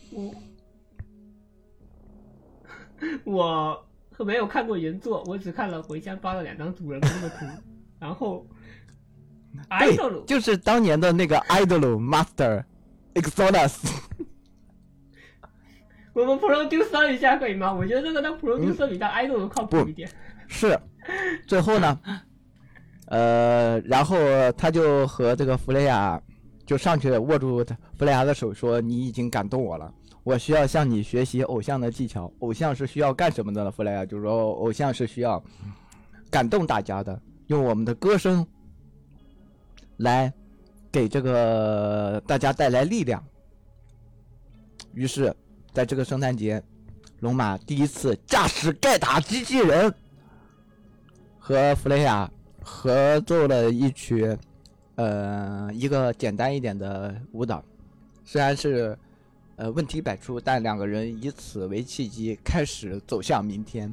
我没有看过原作，我只看了回家发了2张主人公的图，然后对，就是当年的那个 idol master Exodus。 我们 producer 一下可以吗？我觉得这个当 producer 比当 idol 靠谱一点。 是，最后呢，然后他就和这个弗雷亚就上去握住弗雷亚的手说：“你已经感动我了。我需要向你学习偶像的技巧，偶像是需要干什么的呢？弗雷亚就说，偶像是需要感动大家的，用我们的歌声来给这个大家带来力量。于是，在这个圣诞节，龙马第一次驾驶盖塔机器人，和弗雷亚合奏了一曲，一个简单一点的舞蹈，虽然是。问题百出，但2个人以此为契机，开始走向明天。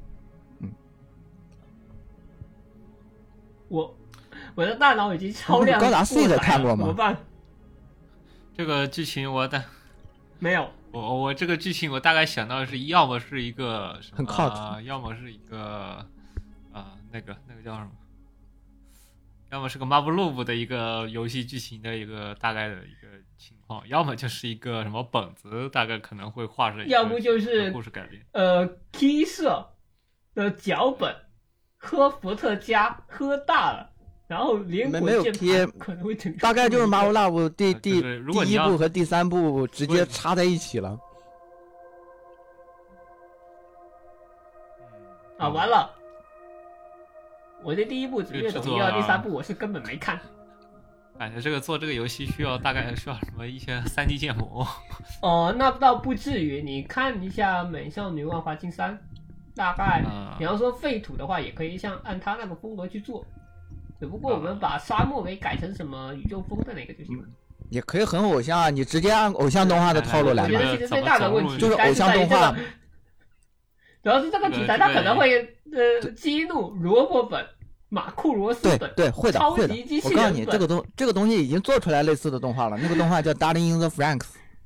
我的大脑已经超量高达 C 的看过吗？ 怎么办？ 这个剧情没有。 我这个剧情我大概想到的是，要么是一个什么， 很靠谱， 要么是一个那个叫什么？要么是个 Marvel Loop 的一个游戏剧情的一个大概的一个情况，要么就是一个什么本子，大概可能会画成一个， 要不就是故事改编。 K 社的脚本喝伏特加喝大了，然后连滚键盘可能会整， 大概就是 Marvel Loop 第一部和第3部直接插在一起了。 啊，完了。我这第1部只略懂，1、2、第3部我是根本没看。 感觉做这个游戏大概需要什么一些3D 建模。 那倒不至于，你看一下《美少女万华镜3》，大概你要说废土的话，也可以按他那个风格去做，只不过我们把沙漠给改成什么宇宙风的那个就行了。 也可以很偶像啊，你直接按偶像动画的套路来。 我觉得其实最大的问题就是偶像动画。 主要是这个题材，它可能会激怒萝卜粉、马库罗斯粉， 对，会的， 超级机器人粉。 我告诉你，这个东西已经做出来类似的动画了，那个动画叫《Darling in the Franxx》。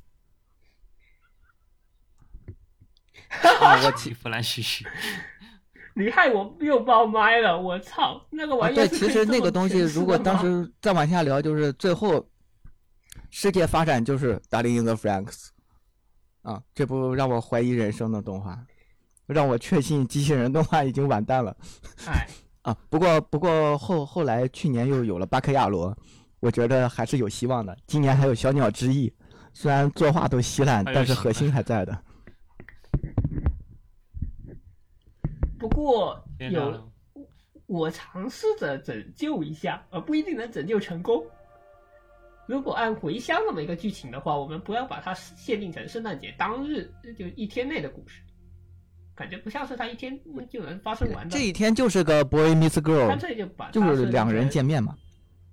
我起弗兰西西。 你害我又爆麦了，我操！那个玩意儿、 对，其实那个东西如果当时再往下聊，就是最后世界发展就是《Darling in the Franxx》啊，这部让我怀疑人生的动画。让我确信机器人动画已经完蛋了。不过后来去年又有了巴克亚罗，我觉得还是有希望的。今年还有小鸟之翼，虽然作画都稀烂，但是核心还在的。 不过我尝试着拯救一下，不一定能拯救成功。如果按回乡那么一个剧情的话，我们不要把它限定成圣诞节当日就1天内的故事。感觉不像是他1天就能发生完的。 这一天就是个 boy meets girl， 干脆就是 2个人见面嘛。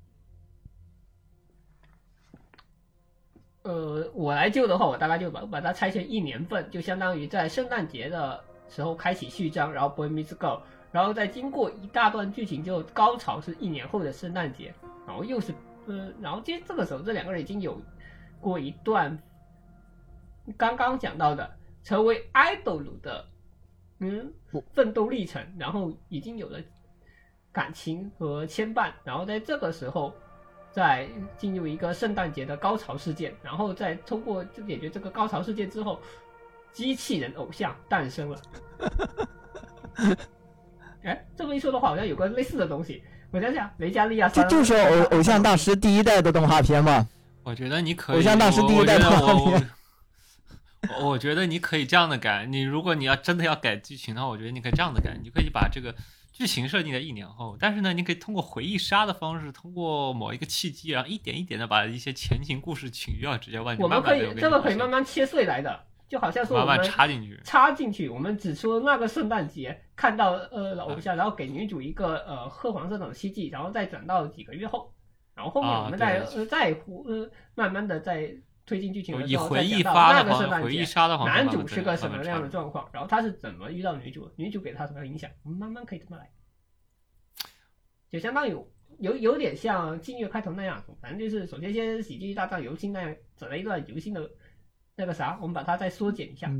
我来救的话，我大概就把它拆成1年份，就相当于在圣诞节的时候开启序章，然后 boy meets girl， 然后再经过一大段剧情，就高潮是1年后的圣诞节，然后又是然后这个时候这2个人已经有过一段刚刚讲到的成为 idol 的。奋斗历程，然后已经有了感情和牵绊，然后在这个时候再进入一个圣诞节的高潮事件，然后再通过解决这个高潮事件之后，机器人偶像诞生了。这么一说的话，好像有个类似的东西。 我想想，雷佳利亚这就是偶像大师第一代的动画片嘛。 我觉得你可以， 偶像大师第一代动画片。 我觉得你可以这样的改，你如果你要真的要改剧情的话，我觉得你可以这样的改，你就可以把这个剧情设定在1年后，但是呢，你可以通过回忆杀的方式，通过某一个契机，然后一点一点的把一些前情故事情绪直接往我们可以这个可以慢慢切碎来的，就好像说我们慢慢插进去， 我们只说那个圣诞节看到偶像，然后给女主一个褐黄色的希冀，然后再转到几个月后，然后后面我们再慢慢的再推进剧情的时候，再讲到那个圣诞节男主是个什么样的状况，然后他是怎么遇到女主，女主给他什么样的影响，我们慢慢可以这么来，就相当于有点像禁月开头那样，反正就是首先先喜剧大战游戏那样整了一段游戏的那个啥，我们把它再缩减一下，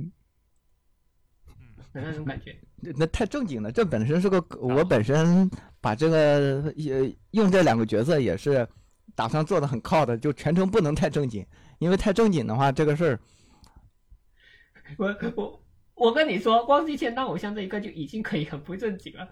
那种感觉。 那太正经了，这本身是个我本身把这个用这2个角色也是打算做的很靠的，就全程不能太正经，因为太正经的话，这个事儿， 我跟你说，光机器人当偶像这一个就已经可以很不正经了。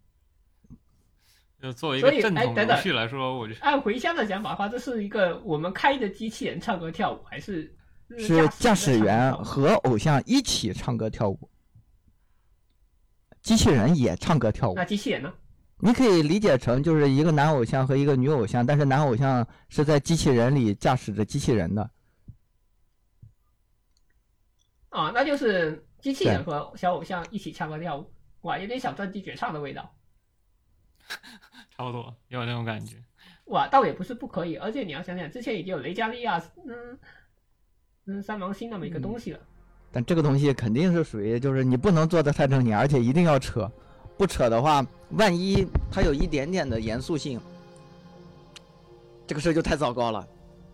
就作为一个正统游戏来说，我觉得按回乡的想法的话，这是一个我们开的机器人唱歌跳舞，还是驾驶员和偶像一起唱歌跳舞，机器人也唱歌跳舞。 那机器人呢？ 你可以理解成就是一个男偶像和一个女偶像，但是男偶像是在机器人里驾驶着机器人的。 啊，那就是机器人和小偶像一起唱歌跳舞，哇，有点小专辑绝唱的味道。 差不多有那种感觉。 哇，倒也不是不可以，而且你要想想，之前已经有雷加利亚、三芒星那么一个东西了。 但这个东西肯定是属于就是你不能做的太正经，而且一定要扯，不扯的话，万一它有一点点的严肃性，这个事就太糟糕了。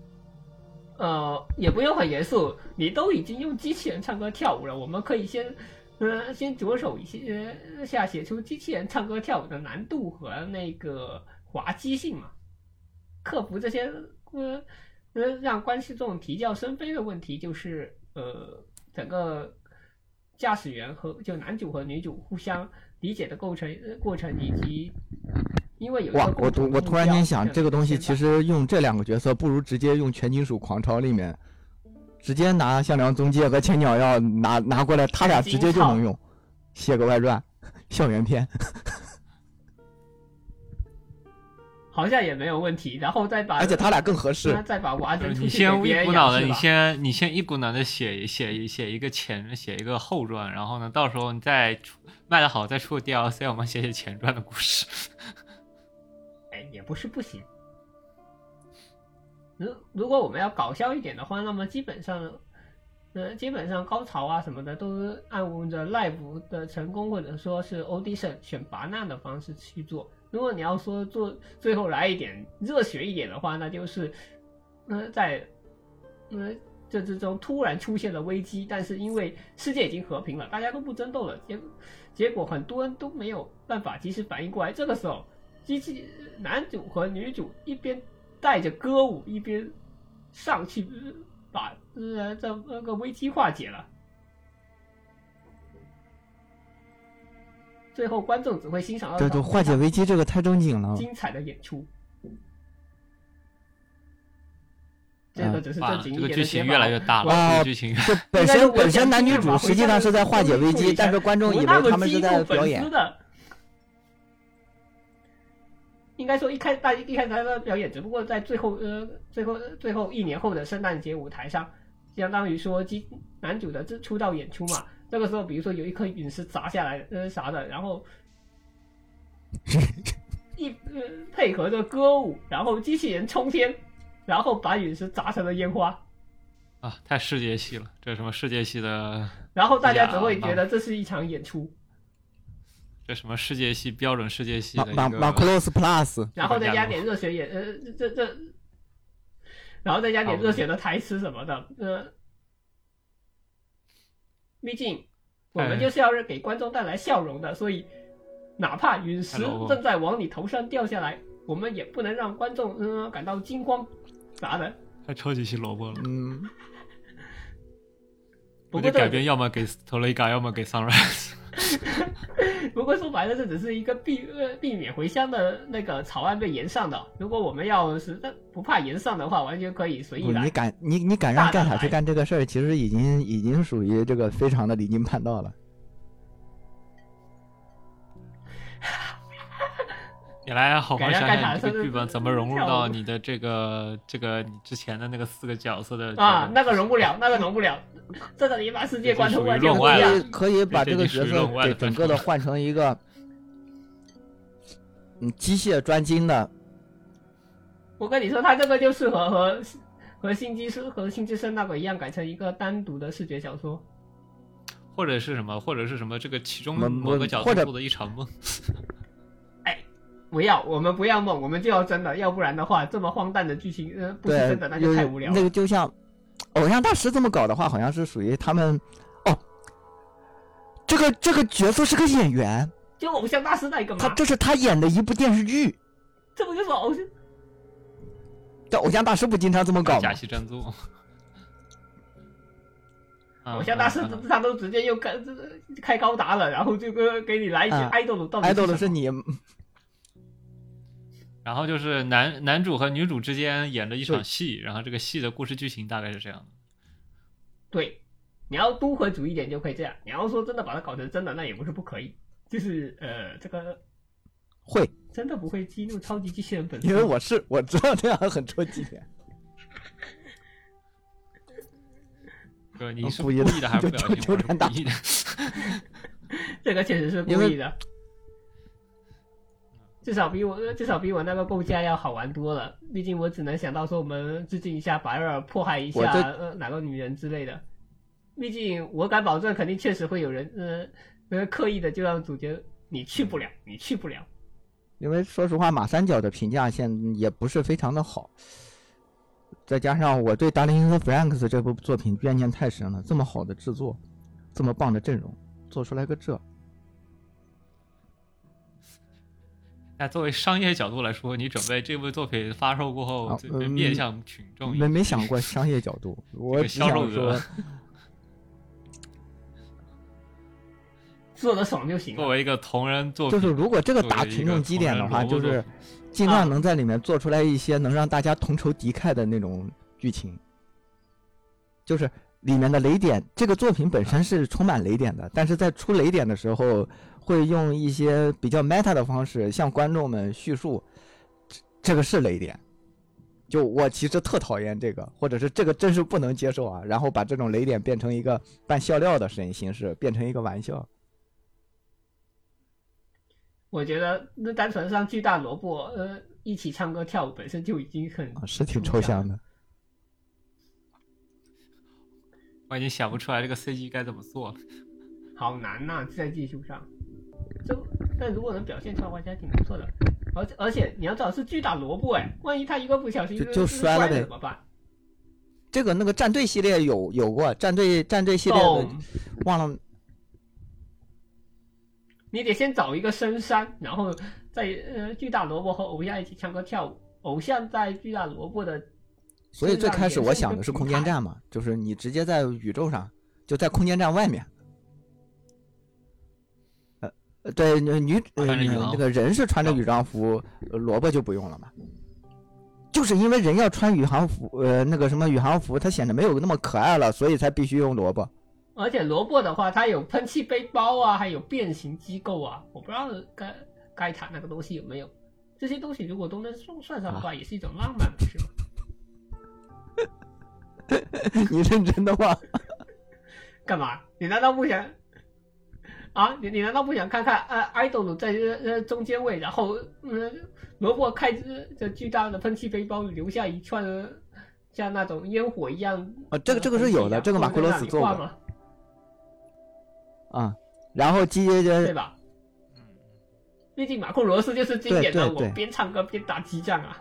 也不用很严肃，你都已经用机器人唱歌跳舞了，我们可以先着手一下写出机器人唱歌跳舞的难度和那个滑稽性嘛，克服这些让观众啼叫声飞的问题，就是整个驾驶员和就男主和女主互相理解的过程，以及因为有一个我突然间想，这个东西其实用这2个角色，不如直接用全金属狂潮里面，直接拿向良宗介和千鸟耀拿过来，他俩直接就能用，写个外传，校园片。 好像也没有问题，然后再把， 而且他俩更合适。 再把娃真出去给别人养是吧？你先一股脑的写一个写一个后传，然后呢，到时候你再卖得好再出 DLC， 我们写前传的故事。 哎，也不是不行。如果我们要搞笑一点的话，那么基本上高潮啊什么的都是按着 live 的成功或者说是 audition 选拔那的方式去做。如果你要说做最后来一点热血一点的话，那就是在这之中突然出现了危机，但是因为世界已经和平了，大家都不争斗了，结果很多人都没有办法及时反应过来。这个时候男主和女主一边带着歌舞一边上去把这个危机化解了，最后观众只会欣赏到对化解危机这个太正经了， 精彩的演出。这个只是正经一点的剧情越来越大了， 剧情本身男女主实际上是在化解危机，但是观众以为他们是在表演。 应该说一开始他的表演，只不过在最后1年后的圣诞节舞台上，相当于说男主的出道演出嘛。这个时候，比如说有一颗陨石砸下来，啥的，然后配合着歌舞，然后机器人冲天，然后把陨石砸成了烟花。 啊，太世界系了，这是什么世界系的？ 然后大家只会觉得这是一场演出。 这什么世界系标准世界系的一个马克罗斯 plus， 然后再加点热血然后再加点热血的台词什么的，毕竟我们就是要给观众带来笑容的，所以哪怕陨石正在往你头上掉下来，我们也不能让观众感到惊慌啥的。 太超级系萝卜了。 不过改编要么给 Stoliga， 要么给 Sunrise。 不过说白了，这只是一个避免回乡的那个草案被延上的。如果我们要是不怕延上的话，完全可以随意来。 你敢让盖塔去干这个事儿，其实已经属于这个非常的离经叛道了。 你来好好想想你这个剧本怎么融入到你的这个你之前的那个4个角色的啊，那个融不了，这个你把世界观都完全不一样。 可以把这个角色给整个的换成一个机械专精的。 我跟你说，他这个就适合和新之声那个一样，改成一个单独的视觉小说。 或者是什么这个其中某个角色做的一场梦。 不要，我们不要梦，我们就要真的，要不然的话，这么荒诞的剧情，不是真的，那就太无聊了。 那个就像偶像大师这么搞的话，好像是属于他们这个角色是个演员， 就偶像大师那一个吗？ 这是他演的一部电视剧， 这不就是偶像？ 这偶像大师不经常这么搞吗？ 假戏真做。 偶像大师他都直接又开高达了，然后就给你来一些爱豆的， 爱豆的是你。 然后就是男主和女主之间演了一场戏，然后这个戏的故事剧情大概是这样的。 对，你要都合主一点就可以这样。你要说真的把它搞成真的，那也不是不可以。就是这个会真的不会激怒超级机器人粉丝， 因为我知道这样很戳激点。 对，你是故意的还是不小心？ 就故意的。 这个确实是故意的。至少比我那个构架要好玩多了。毕竟我只能想到说我们致敬一下白尔，迫害一下哪个女人之类的。毕竟我敢保证，肯定确实会有人刻意的就让主角你去不了。 因为说实话，马三角的评价也不是非常的好，再加上我对《达林和弗兰克斯》这部作品怨念太深了。这么好的制作，这么棒的阵容，做出来个这。 那作为商业角度来说，你准备这部作品发售过后，面向群众没想过商业角度，我只想说做得爽就行了。 作为一个同人作品， 就是如果这个打群众基点的话，就是尽量能在里面做出来一些能让大家同仇敌忾的那种剧情。就是里面的雷点，这个作品本身是充满雷点的，但是在出雷点的时候，会用一些比较 meta 的方式向观众们叙述，这个是雷点。就我其实特讨厌这个，或者是这个真是不能接受啊，然后把这种雷点变成一个半笑料的形式，变成一个玩笑。 我觉得那单纯上巨大萝卜一起唱歌跳舞本身就已经很是挺抽象的。 我已经想不出来这个 CG 该怎么做了， 好难呐，在技术上。但如果能表现出来，玩起来挺不错的。而且你要知道是巨大萝卜万一他一个不小心就摔了呗， 怎么办？ 这个那个战队系列有过，战队系列的忘了。 你得先找一个深山，然后在巨大萝卜和偶像一起唱歌跳舞，偶像在巨大萝卜的。 所以最开始我想的是空间站嘛，就是你直接在宇宙上，就在空间站外面。对，那个人是穿着宇航服，萝卜就不用了嘛。就是因为人要穿宇航服，那个什么宇航服，它显得没有那么可爱了，所以才必须用萝卜。 而且萝卜的话，它有喷气背包啊，还有变形机构啊，我不知道该谈那个东西有没有。这些东西如果都能算上的话，也是一种浪漫，不是吗？ 你认真的话， 干嘛？你难道不想啊？你难道不想看看idol 在中间位，然后萝卜开着巨大的喷气背包，留下一串像那种烟火一样这个是有的，这个马库罗斯做过啊，然后对吧？毕竟马库罗斯就是经典的，我边唱歌边打激战啊。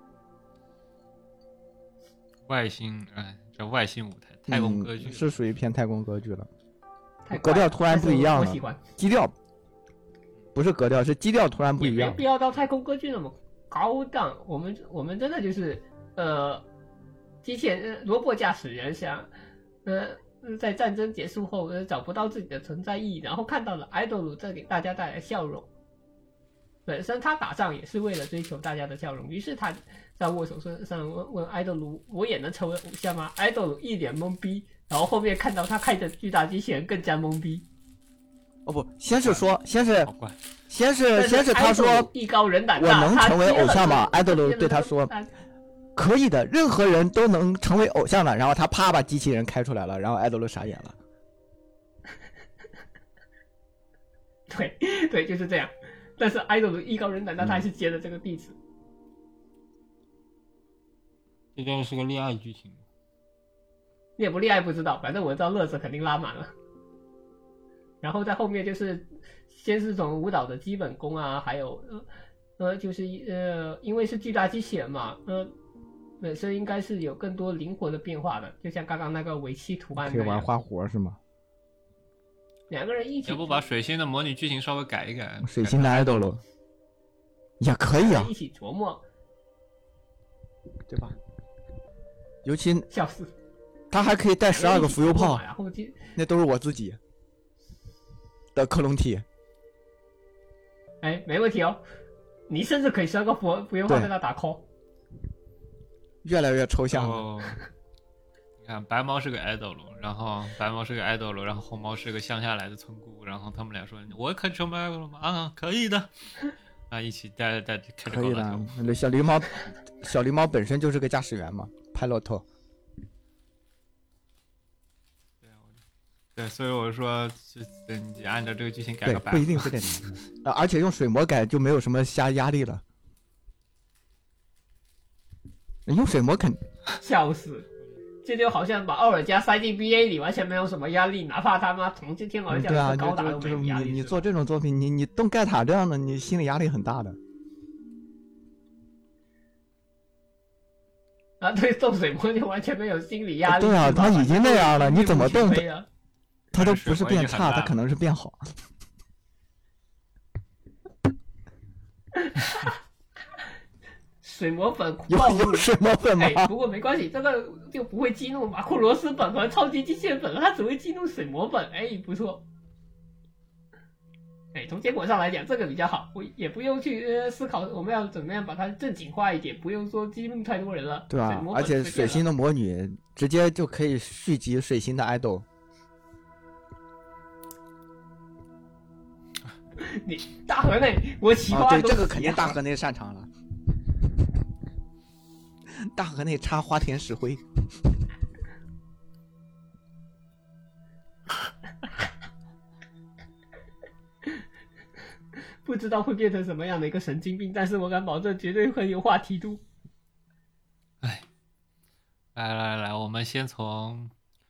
外星，这外星舞台，太空歌剧是属于偏太空歌剧了，格调突然不一样了， 我喜欢基调不是格调，是基调突然不一样， 也没必要到太空歌剧那么高档。我们真的就是机器人萝卜驾驶员想在战争结束后找不到自己的存在意义，然后看到了爱豆鲁这给大家带来笑容。本身他打仗也是为了追求大家的笑容，于是他在握手上问爱豆鲁：“我也能成为偶像吗？”爱豆鲁一脸懵逼，然后后面看到他开着巨大机器人更加懵逼。 哦不，先是他说艺高人胆我大， 能成为偶像吗？爱豆鲁对他说可以的，任何人都能成为偶像的。然后他啪把机器人开出来了，然后爱豆鲁傻眼了。 对，就是这样。但是爱豆鲁艺高人胆大，他还是接了这个弟子。 这真是个恋爱剧情。 恋不恋爱不知道，反正我知道乐子肯定拉满了。然后在后面就是先是从舞蹈的基本功啊，还有就是因为是巨大机器人嘛，本身应该是有更多灵活的变化的，就像刚刚那个尾气图案可以玩花活是吗？ 两个人一起， 要不把水星的模拟剧情稍微改一改？ 水星的爱豆鲁也可以啊， 一起琢磨， 对吧？尤其笑死， 他还可以带12个浮游炮， 然后那都是我自己的克隆体。 哎，没问题哦，你甚至可以12个浮游炮在那打 call。 越来越抽象了。 哦，你看，白猫是个爱豆鲁，然后红猫是个乡下来的村姑，然后他们俩说：“我可以成为爱豆鲁吗？”啊，可以的。啊，一起带开着可以的。那小狸猫本身就是个驾驶员嘛，pilot。 对，所以我说，你按照这个剧情改个版， 不一定非得而且用水模改就没有什么压力了。用水模肯笑死，这就好像把奥尔加塞进 BA 里，完全没有什么压力，哪怕他妈同这天王像是高达都没有压力。 你做这种作品，你动盖塔这样的，你心理压力很大的。 啊，对，动水模就完全没有心理压力。 对啊，他已经那样了，你怎么动？他都不是变差，他可能是变好。 水魔粉有水魔粉吗？ 不过没关系，这个就不会激怒马库罗斯粉和超级机器人粉，它只会激怒水魔粉。不错。从结果上来讲，这个比较好，我也不用去思考我们要怎么样把它正经化一点，不用说激怒太多人了。 对啊，而且水星的魔女直接就可以续集水星的爱豆。 你大河内，我企划对这个肯定大河内擅长了。大河内插花田石灰。 不知道会变成什么样的一个神经病，但是我敢保证绝对很有话题度。 来，我们先从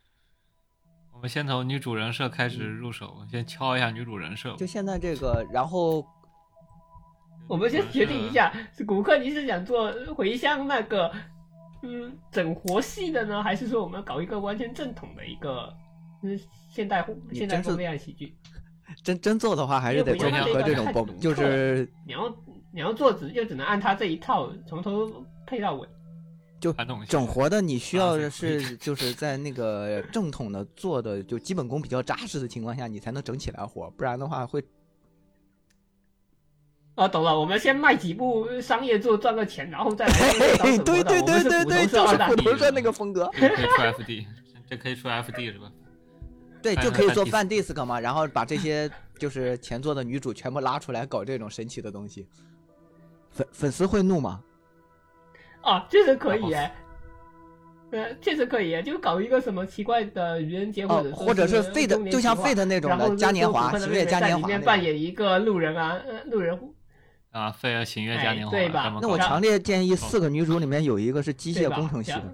女主人设开始入手，先敲一下女主人设。 就现在这个，然后我们先决定一下，是古克你是想做回乡那个整活系的呢，还是说我们搞一个完全正统的一个现代风恋爱喜剧？ 真做的话，还是得结合这种崩，就是你要做只能按他这一套从头配到尾。 就整活的，你需要的是就是在那个正统的做的就基本功比较扎实的情况下，你才能整起来活，不然的话会。 懂了，我们先卖几部商业作赚个钱，然后再来对，就是虎头社那个风格。 可以出 FD， 这可以出 FD 是吧？ 对，就可以做fan disc 嘛，然后把这些就是前作的女主全部拉出来搞这种神奇的东西，粉丝会怒吗？ 确实可以确实可以就搞一个什么奇怪的愚人节， 或者是 Fate， 就像 Fate 那种的嘉年华，喜悦嘉年华， 里面扮演一个路人 Fate喜悦嘉年华， 对吧？ 那我强烈建议4个女主里面有一个是机械工程系的。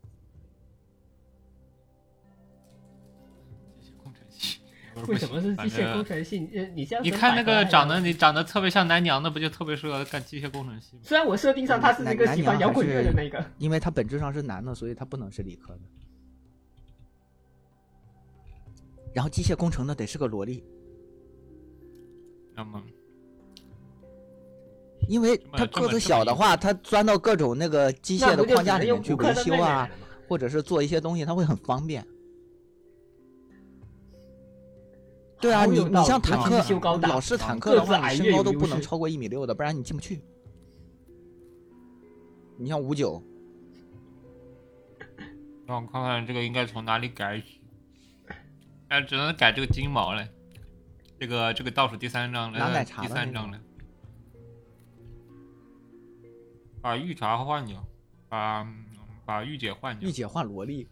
为什么是机械工程系？ 你看那个长得特别像南娘的，不就特别适合干机械工程系吗？ 虽然我设定上他是那个喜欢摇滚乐的那个， 因为他本质上是男的，所以他不能是理科的。然后机械工程的得是个萝莉， 那么， 因为他个子小的话，他钻到各种那个机械的框架里面去维修啊，或者是做一些东西，他会很方便。 对啊，你好有道理像坦克尤其是修高达老式坦克的话， 个子矮你身高都越有优势不能超过1.6米的，不然你进不去。你像59， 让我看看这个应该从哪里改起。哎，只能改这个金毛嘞，这个倒数第3章拿奶茶第的那种三章嘞，把御茶换掉，把御姐换掉御，姐换萝莉，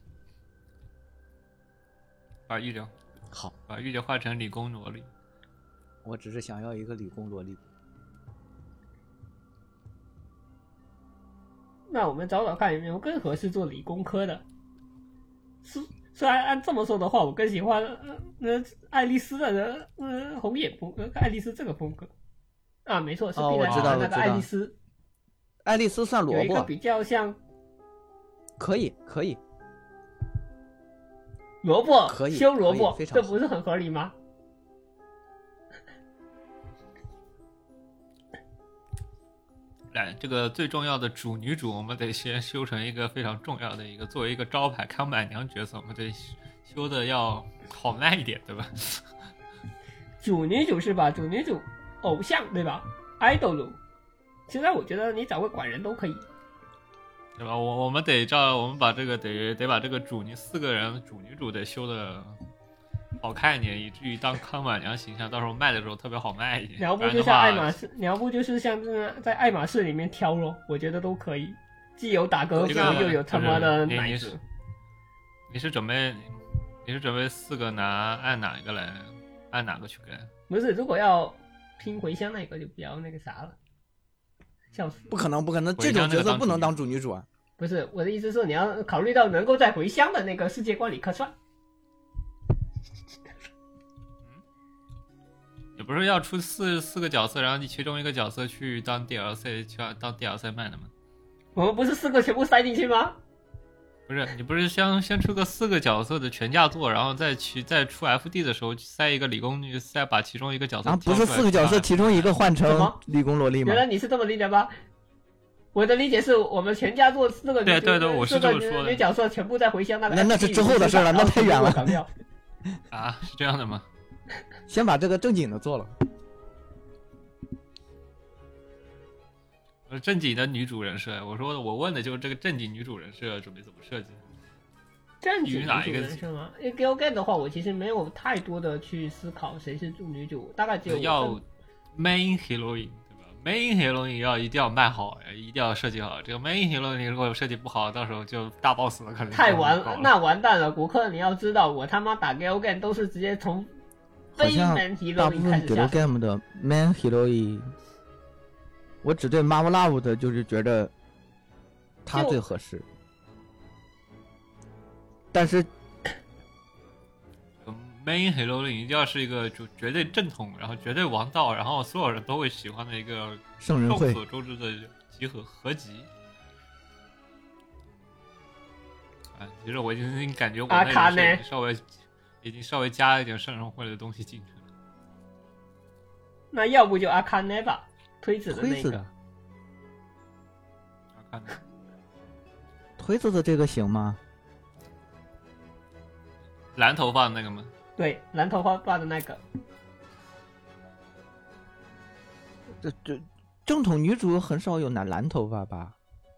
把御姐好， 把御姐换成理工萝莉。 我只是想要一个理工萝莉。 那我们找找看有没有更合适做理工科的。虽然按这么说的话，我更喜欢爱丽丝的红眼风爱丽丝这个风格啊，没错，是哦必然我知道那个我知道爱丽丝， 爱丽丝算萝卜， 有一个比较像可以， 萝卜可以修萝卜可以非，常这不是很合理吗？ 来，这个最重要的主女主，我们得先修成一个非常重要的一个，作为一个招牌康板娘角色，我们得修的要好卖一点，对吧？ 主女主是吧？主女主偶像对吧？idol，其实我觉得你找个管人都可以。 对吧？我们把这个得把这个4个人主女主得修的好看一点，以至于当康板娘形象到时候卖的时候特别好卖一点。 你要不就像爱马仕，你要不就是像在爱马仕里面挑咯，我觉得都可以，既有打歌服又有他妈的奶子。 你是准备4个按哪个去改？ 不是，如果要拼茴香那个就比较那个啥了，笑死！ 不可能，这茴香那个种角色不能当主女当主女主啊。 不是我的意思是，你要考虑到能够在茴香的那个世界观里客串。 也不是要出四个角色，然后你其中一个角色去当 DLC 卖的吗？ 我们不是4个全部塞进去吗？ 不是，你不是先出个4个角色的全价作，然后再出 FD 的时候塞一个理工女，再把其中一个角色啊，不是4个角色其中一个换成什么理工萝莉吗原？来你是这么理解吧？我的理解是我们全家做4个女对，我是这么说的女角色全部在茴香那个， 那是之后的事了，那太远了。 啊，是这样的吗？ 先把这个正经的做了。 正经的女主人设，我问的就是这个正经女主人设准备怎么设计？ 正经女主哪一个人是吗？Gal Gadot 的话，我其实没有太多的去思考谁是主女主，大概只有要 main heroine 对吧？main heroine 一定要卖好，一定要设计好。这个 main heroine 如果设计不好，到时候就大 boss 了，可能太完蛋了。骨科，你要知道，我他妈打 Gal Gadot 都是直接从非好像 man 大部 heroine 开分始 Gal 下手。 Game 的 Man Hero， 我只对 Marvel Love 的就是觉得他最合适，但是 main heroine 一定要是一个就绝对正统，然后绝对王道，然后所有人都会喜欢的一个众圣人会所周知的合集。啊，其实我已经感觉我阿卡那呢已经稍微加了一点圣人会的东西进去了。 那要不就阿卡内吧，推子的那个。 推子的看推子的这个行吗？ 蓝头发的那个吗？ 对，蓝头发的那个。 这正统女主很少有拿蓝头发吧？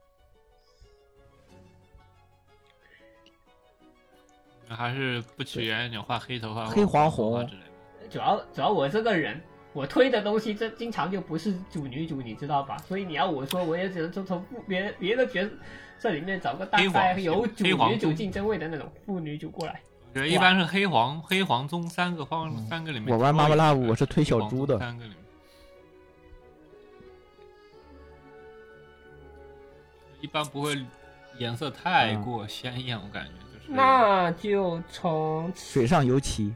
还是不起眼一点，画黑头发、 黑黄红头发之类的。 主要我这个人，我推的东西这经常就不是主女主，你知道吧？所以你要我说，我也只能从别的角色里面找个大概有主女主竞争位的那种副女主过来。 我觉得一般是黑黄棕三个里面。 我玩 Marvel Love 我是推小猪的。 三个里面。一般不会颜色太过鲜艳，我感觉就是。 那就从水上游骑。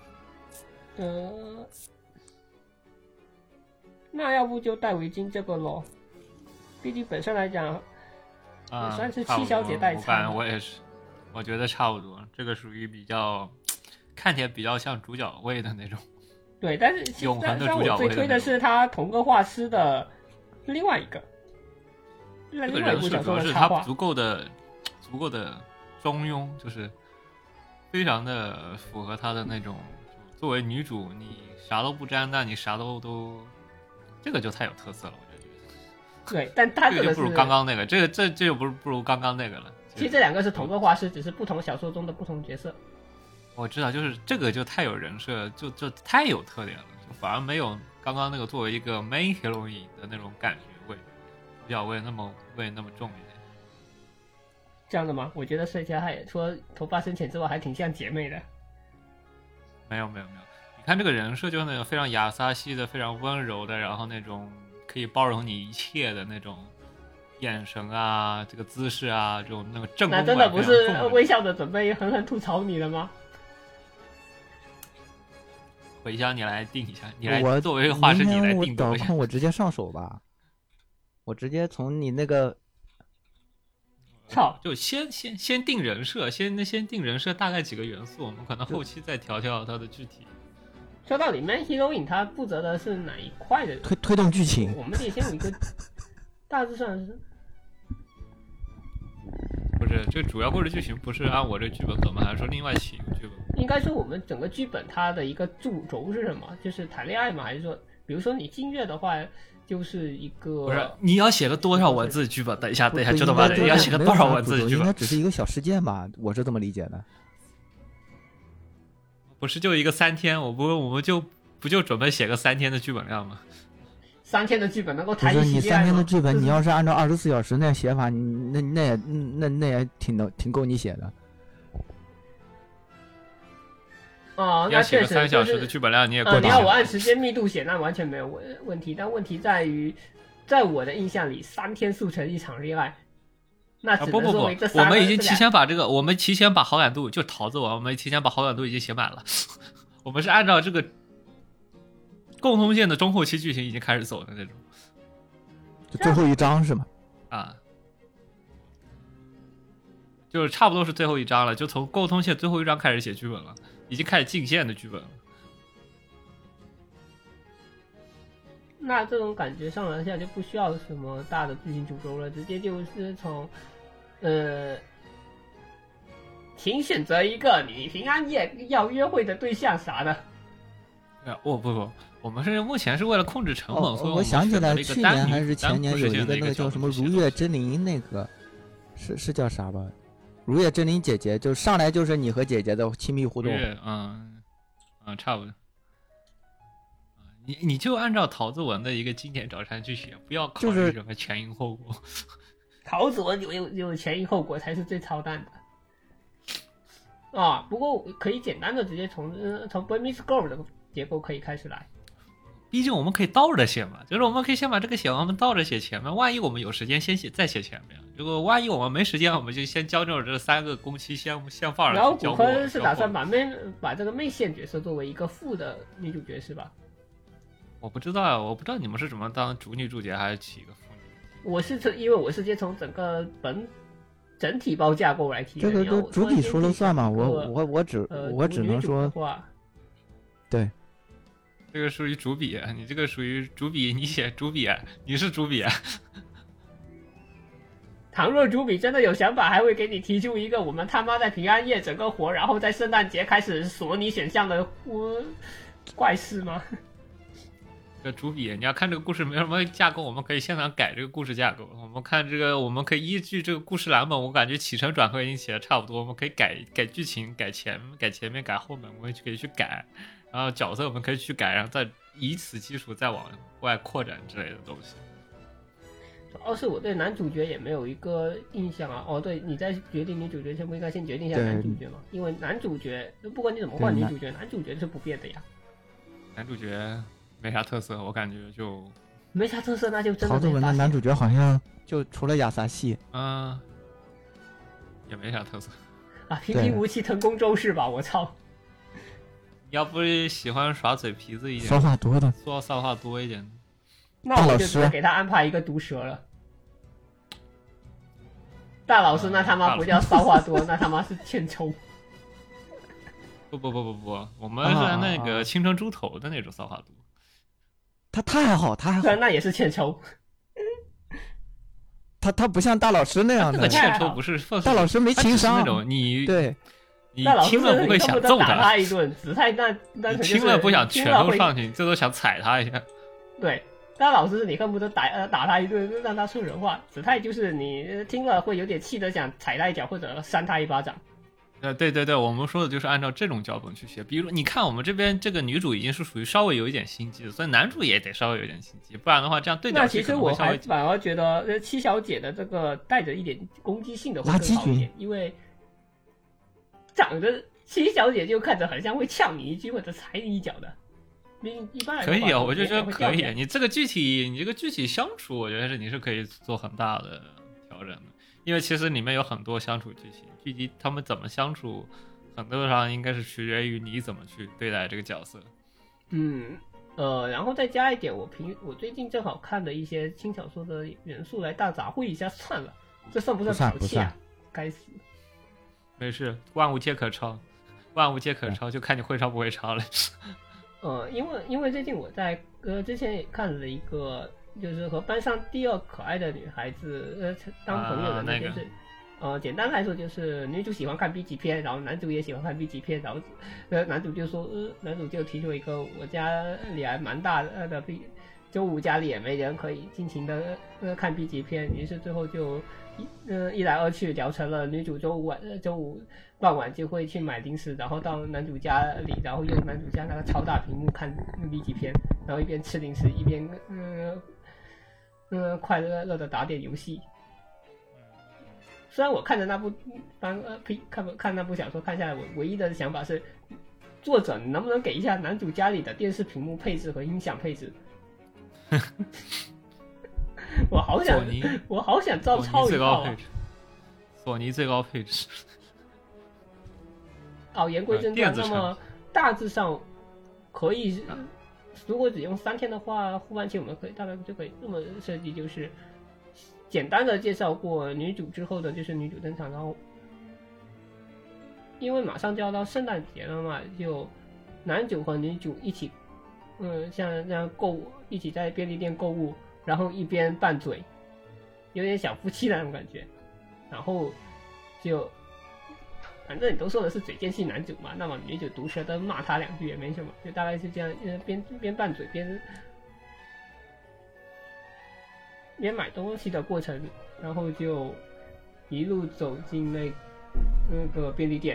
那要不就戴围巾这个咯，毕竟本身来讲，也算是七小姐代餐。 我也是，我觉得差不多。这个属于比较看起来比较像主角位的那种。 对，但是永恒的主角位。 我最推的是他同个画师的另外一个。 这个人设主要是他足够的中庸，就是非常的符合他的那种作为女主，你啥都不沾，但你啥都，这个就太有特色了，我觉得。 对，但他这个就不如刚刚那个，这就不如刚刚那个了。 其实这两个是同个画师，只是不同小说中的不同角色。 我知道，就是这个就太有人设，就太有特点了，就反而没有刚刚那个作为一个 main heroine 的那种感觉味，主角味那么重一点。 这样的吗？我觉得睡家他也说头发深浅之后还挺像姐妹的。 没有，你看这个人设就是那种非常雅萨西的、非常温柔的，然后那种可以包容你一切的那种眼神啊，这个姿势啊，这种那个正宫那真的不是微笑着准备狠狠吐槽你了吗？ 回香，你来定一下，你来作为一个画师，你来定夺一下。 我找空我直接上手吧，我直接从你那个。 操！ 就先定人设，先定人设大概几个元素，我们可能后期再调它的具体。 说到里面 heroine 他负责的是哪一块的推动剧情？ 我们得先有一个大致上是。 不是，这主要故事剧情不是按我这剧本走吗？还是说另外起一个剧本？ 应该说我们整个剧本它的一个主轴是什么？就是谈恋爱吗？还是说，比如说你金月的话？就是一个不是你要写个多少文字剧本？等一下，知道吧？你要写个多少文字剧本？ 应该只是一个小事件吧，我是这么理解的。 不是就一个3天，我们就准备写个3天的剧本量吗 ？3天的剧本能够谈一起恋爱吗？你3天的剧本，你要是按照24小时那写法，那也挺够你写的。 哦， 你要写个3小时的剧本量，你也够。 你要我按时间密度写，那完全没有问题。但问题在于，在我的印象里，3天速成一场恋爱，那只能说明这我们已经提前把我们提前把好感度就桃子我们提前把好感度已经写满了。我们是按照这个共通线的中后期剧情已经开始走的那种。 就最后一章是吗？ 啊。就是差不多是最后一章了，就从沟通线最后一章开始写剧本了，已经开始进线的剧本了。 那这种感觉上来下就不需要什么大的剧情主轴了，直接就是从，请选择一个你平安夜要约会的对象啥的。 不，我们是目前是为了控制成本，所以我想起来去年还是前年有一个那个叫什么如月真绫，那个是叫啥吧？如月真绫姐姐就上来就是你和姐姐的亲密互动， 差不多。你就按照桃子文的一个经典早餐去写，不要考虑什么前因后果。 桃子文有前因后果才是最操蛋的啊！不过可以简单的直接从 Boy Meets Girl 的结构可以开始来。 毕竟我们可以倒着写嘛，就是我们可以先把这个写完，我们倒着写前面。万一我们有时间先写再写前面，如果万一我们没时间，我们就先交这3个工期先放上去。 然后古坤是打算把这个妹线角色作为一个副的女主角是吧？ 我不知道你们是怎么当主女主角还是起一个副女？ 因为我是直接从整个整体包架构来提的。 这个都主体说了算嘛，我只能说，对。 这个属于主笔，你这个属于主笔，你写主笔，你是主笔。 倘若主笔真的有想法，还会给你提出一个我们他妈在平安夜整个活，然后在圣诞节开始锁你选项的怪事吗？ 这主笔，你要看这个故事没有什么架构，我们可以现场改这个故事架构。我们看这个，我们可以依据这个故事蓝本，我感觉起承转合已经写的差不多，我们可以改剧情，改前面，改后面，我们可以去改。然后角色我们可以去改，然后再以此基础再往外扩展之类的东西。 主要是我对男主角也没有一个印象啊。对，你在决定女主角前不应该先决定一下男主角吗？因为男主角不管你怎么换女主角，男主角是不变的呀。 男主角没啥特色，我感觉就没啥特色，那就真的曹德文的男主角好像就除了亚萨系， 也没啥特色啊，平平无奇腾宫周是吧？我操！ 要不喜欢耍嘴皮子一点， 骚话多的， 骚话多一点， 那我就只能给他安排一个毒蛇了。大老师那他妈不叫骚话多，那他妈是欠抽。 不，我们是那个青春猪头的那种骚话多。 他还好， 那也是欠抽。 他不像大老师那样的， 那个欠抽不是大老师没情商那种你对。 你那老师听了不会想揍打他一顿，只太单纯就是听了不想拳头上去， 去，最多想踩他一下。 对。那老师你恨不得打他一顿，让他说人话。子太就是你听了会有点气的，想踩他一脚或者扇他一巴掌。 对对对，我们说的就是按照这种脚本去写。比如你看我们这边这个女主已经是属于稍微有一点心机的，所以男主也得稍微有一点心机，不然的话这样对角戏可能会稍微。 那其实我还反而觉得七小姐的这个带着一点攻击性的会更好一点，因为长得七小姐就看着很像会呛你一句或者踩你一脚的。一般来说可以啊，我就觉得可以。你这个具体相处，我觉得你是可以做很大的调整的，因为其实里面有很多相处剧情，具体他们怎么相处，很多上应该是取决于你怎么去对待这个角色。 然后再加一点，我最近正好看的一些轻小说的元素来大杂烩一下算了，这算不算淘气啊？该死！ 没事，万物皆可抄，万物皆可抄，就看你会抄不会抄了。 因为最近我在之前也看了一个，就是和班上第二可爱的女孩子当朋友的那件事。简单来说就是女主喜欢看 B 级片，然后男主也喜欢看 B 级片，然后男主就说男主就提出一个我家里还蛮大的 B， 周五家里也没人可以尽情的看 B 级片，于是最后就一来二去聊成了女主周五傍晚就会去买零食，然后到男主家里，然后用男主家那个超大屏幕看 B 级片，然后一边吃零食一边快乐的打点游戏。虽然我看着那部看那部小说看下来，我唯一的想法是，作者你能不能给一下男主家里的电视屏幕配置和音响配置？我好想照抄一套啊！ 索尼最高配置。 言归正传，那么大致上可以，如果只用3天的话，后半期我们大概就可以这么设计，就是简单的介绍过女主之后的就是女主登场，然后因为马上就要到圣诞节了嘛，就男主和女主一起像这样购物，一起在便利店购物，然后一边拌嘴，有点小夫妻那种感觉，然后就反正你都说的是嘴贱系男主嘛，那么女主毒舌的骂他2句也没什么，就大概是这样，边拌嘴边买东西的过程，然后就一路走进那个便利店，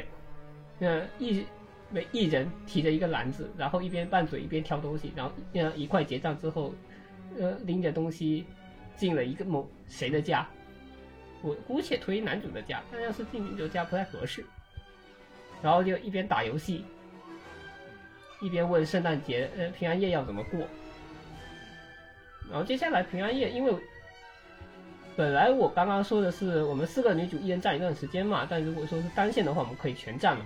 一人提着一个篮子，然后一边拌嘴一边挑东西，然后一块结账之后，拎着东西进了一个谁的家，我姑且推男主的家，但要是进女主家不太合适。然后就一边打游戏，一边问圣诞节平安夜要怎么过。然后接下来平安夜，因为本来我刚刚说的是我们4个女主一人占一段时间嘛，但如果说是单线的话，我们可以全占了。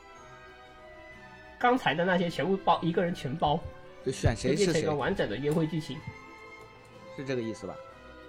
刚才的那些全部一个人全包， 就选谁是谁， 变成一个完整的约会剧情， 是这个意思吧？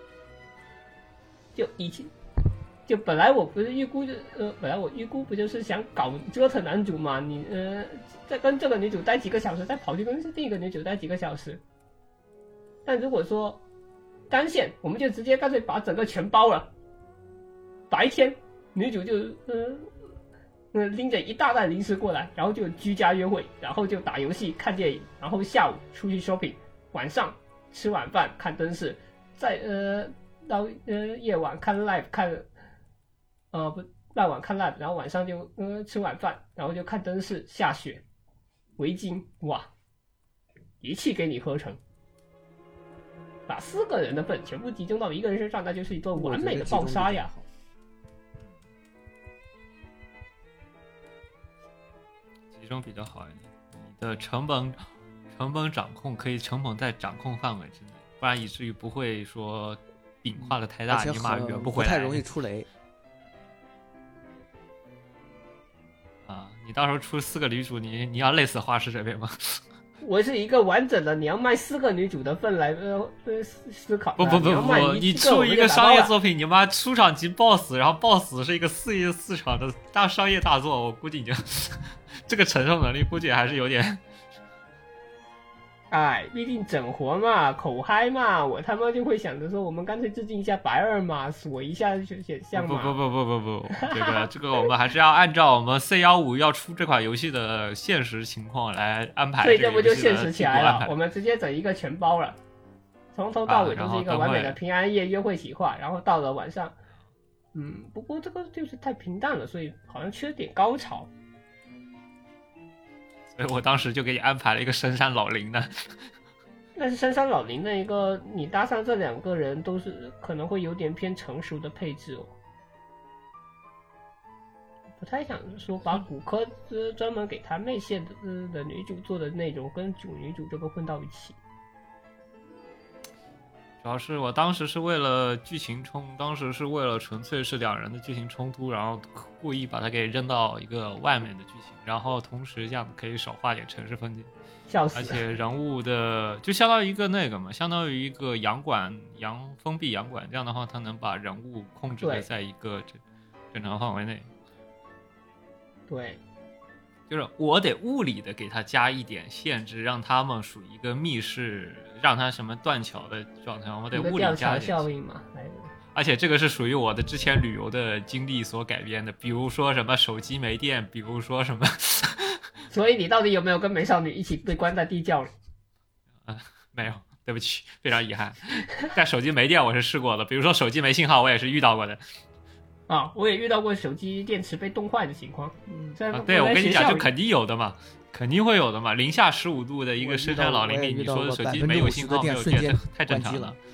就本来我不是预估本来我预估不就是想折腾男主嘛？你再跟这个女主待几个小时，再跑去跟另一个女主待几个小时。但如果说单线，我们就直接干脆把整个全包了。白天女主就拎着一大袋零食过来，然后就居家约会，然后就打游戏看电影，然后下午出去 shopping， 晚上吃晚饭看灯饰，再到夜晚看 live 傍晚看 live， 然后晚上就吃晚饭，然后就看灯饰，下雪，围巾，哇，一气给你喝成。把4个人的份全部集中到1个人身上，那就是一顿完美的暴杀呀！ 集中比较好一点，你的成本掌控可以成本在掌控范围之内，不然以至于不会说饼画的太大，你马圆不回来， 不太容易出雷。 你到时候出4个女主，你要累死画师这边吗？ 我是一个完整的，你要卖4个女主的份来思考。 不，你出一个商业作品，你妈出场即 BOSS， 然后 BOSS 是一个4场的大商业大作，我估计你就这个承受能力估计还是有点。 哎，毕竟整活嘛，口嗨嘛，我他妈就会想着说，我们干脆致敬一下白二嘛，锁一下选项嘛。 不，这个我们还是要按照我们 C15要出这款游戏的现实情况来安排。 所以这不就现实起来了？我们直接整一个全包了，从头到尾都是一个完美的平安夜约会企划，然后到了晚上，不过这个就是太平淡了，所以好像缺点高潮。 所以我当时就给你安排了一个深山老林呢。 但是深山老林那一个，你搭上这两个人都是可能会有点偏成熟的配置哦。不太想说把骨科专门给他妹线的女主做的内容跟主女主这个混到一起。 主要是我当时是为了剧情当时是为了纯粹是两人的剧情冲突，然后故意把它给扔到一个外面的剧情，然后同时这样可以少画点城市风景。 笑死！ 而且人物的就相当于一个那个嘛，相当于一个封闭洋馆，这样的话它能把人物控制在一个正常范围内。 对。 就是我得物理的给他加一点限制，让他们属于一个密室，让他什么断桥的状态，我得物理加一点效应嘛。 而且这个是属于我的之前旅游的经历所改编的，比如说什么手机没电，比如说什么。 所以你到底有没有跟美少女一起被关在地窖里？ 没有，对不起，非常遗憾。但手机没电我是试过的，比如说手机没信号，我也是遇到过的。 我也遇到过手机电池被冻坏的情况。 对，我跟你讲，就肯定有的嘛，肯定会有的嘛。零下15度的一个深山老林里，你说手机没有信号、没有电，太正常了。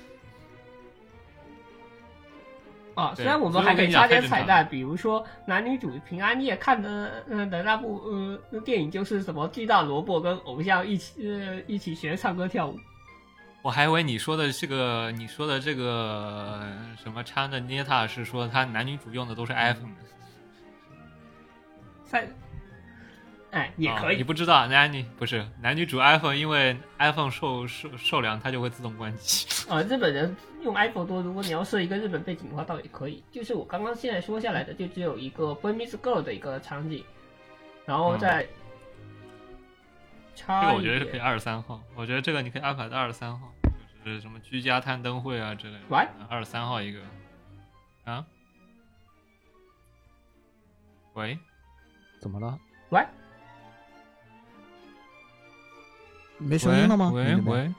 虽然我们还可以插点彩蛋，比如说男女主平安夜看的那部电影就是什么巨大萝卜跟偶像一起学唱歌跳舞。 我还以为你说的这个什么掺的捏塔是说他男女主用的都是 iPhone 的。也可以。 你不知道，男女主 iPhone， 因为 iPhone 受凉它就会自动关机。 日本人用 iPhone 多，如果你要设一个日本背景的话，倒也可以。就是我刚刚现在说下来的，就只有一个 Boy Meets Girl 的一个场景，然后再差这个我觉得是可以23号，我觉得这个你可以安排到23号，就是什么居家探灯会啊之类的。 喂 ，23号一个。啊？喂？ 怎么了？ 喂？ 没声音了吗？ 喂，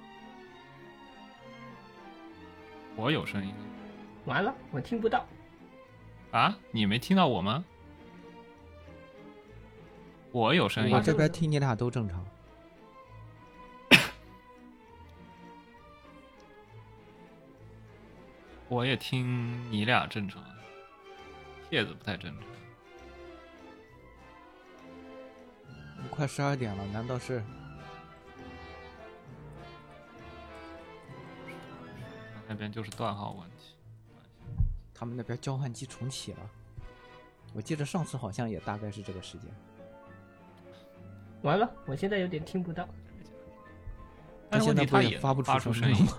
我有声音。 完了，我听不到。 啊？你没听到我吗？我有声音。 我这边听你俩都正常。 我也听你俩正常，叶子不太正常。 快12点了，难道是？ 那边就是断号问题。 他们那边交换机重启了，我记得上次好像也大概是这个时间。 完了，我现在有点听不到。 他现在不也发不出声音吗？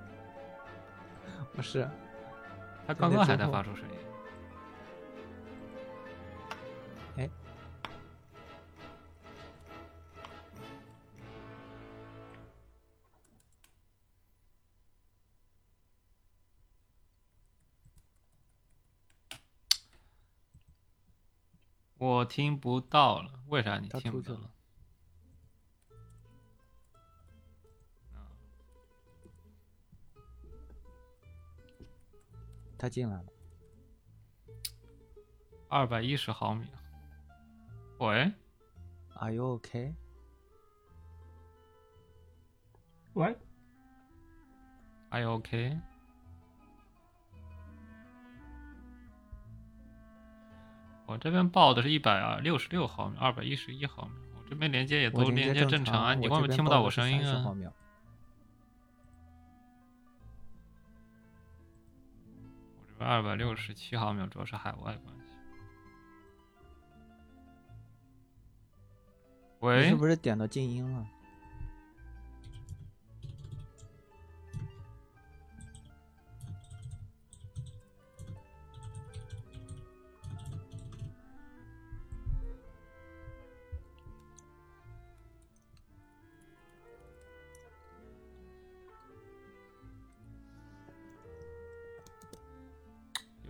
不是， 他刚刚还在发出声音。 哎， 我听不到了，为啥你听不到了？ 他进来了。 210毫米。喂 ？Are you okay？ 喂 ？Are you okay？ 我这边报的是166毫米，211毫米。我这边连接也都连接正常啊，你为什么听不到我声音啊？我这边267毫米，主要是海外关系。喂？ 你是不是点到静音了？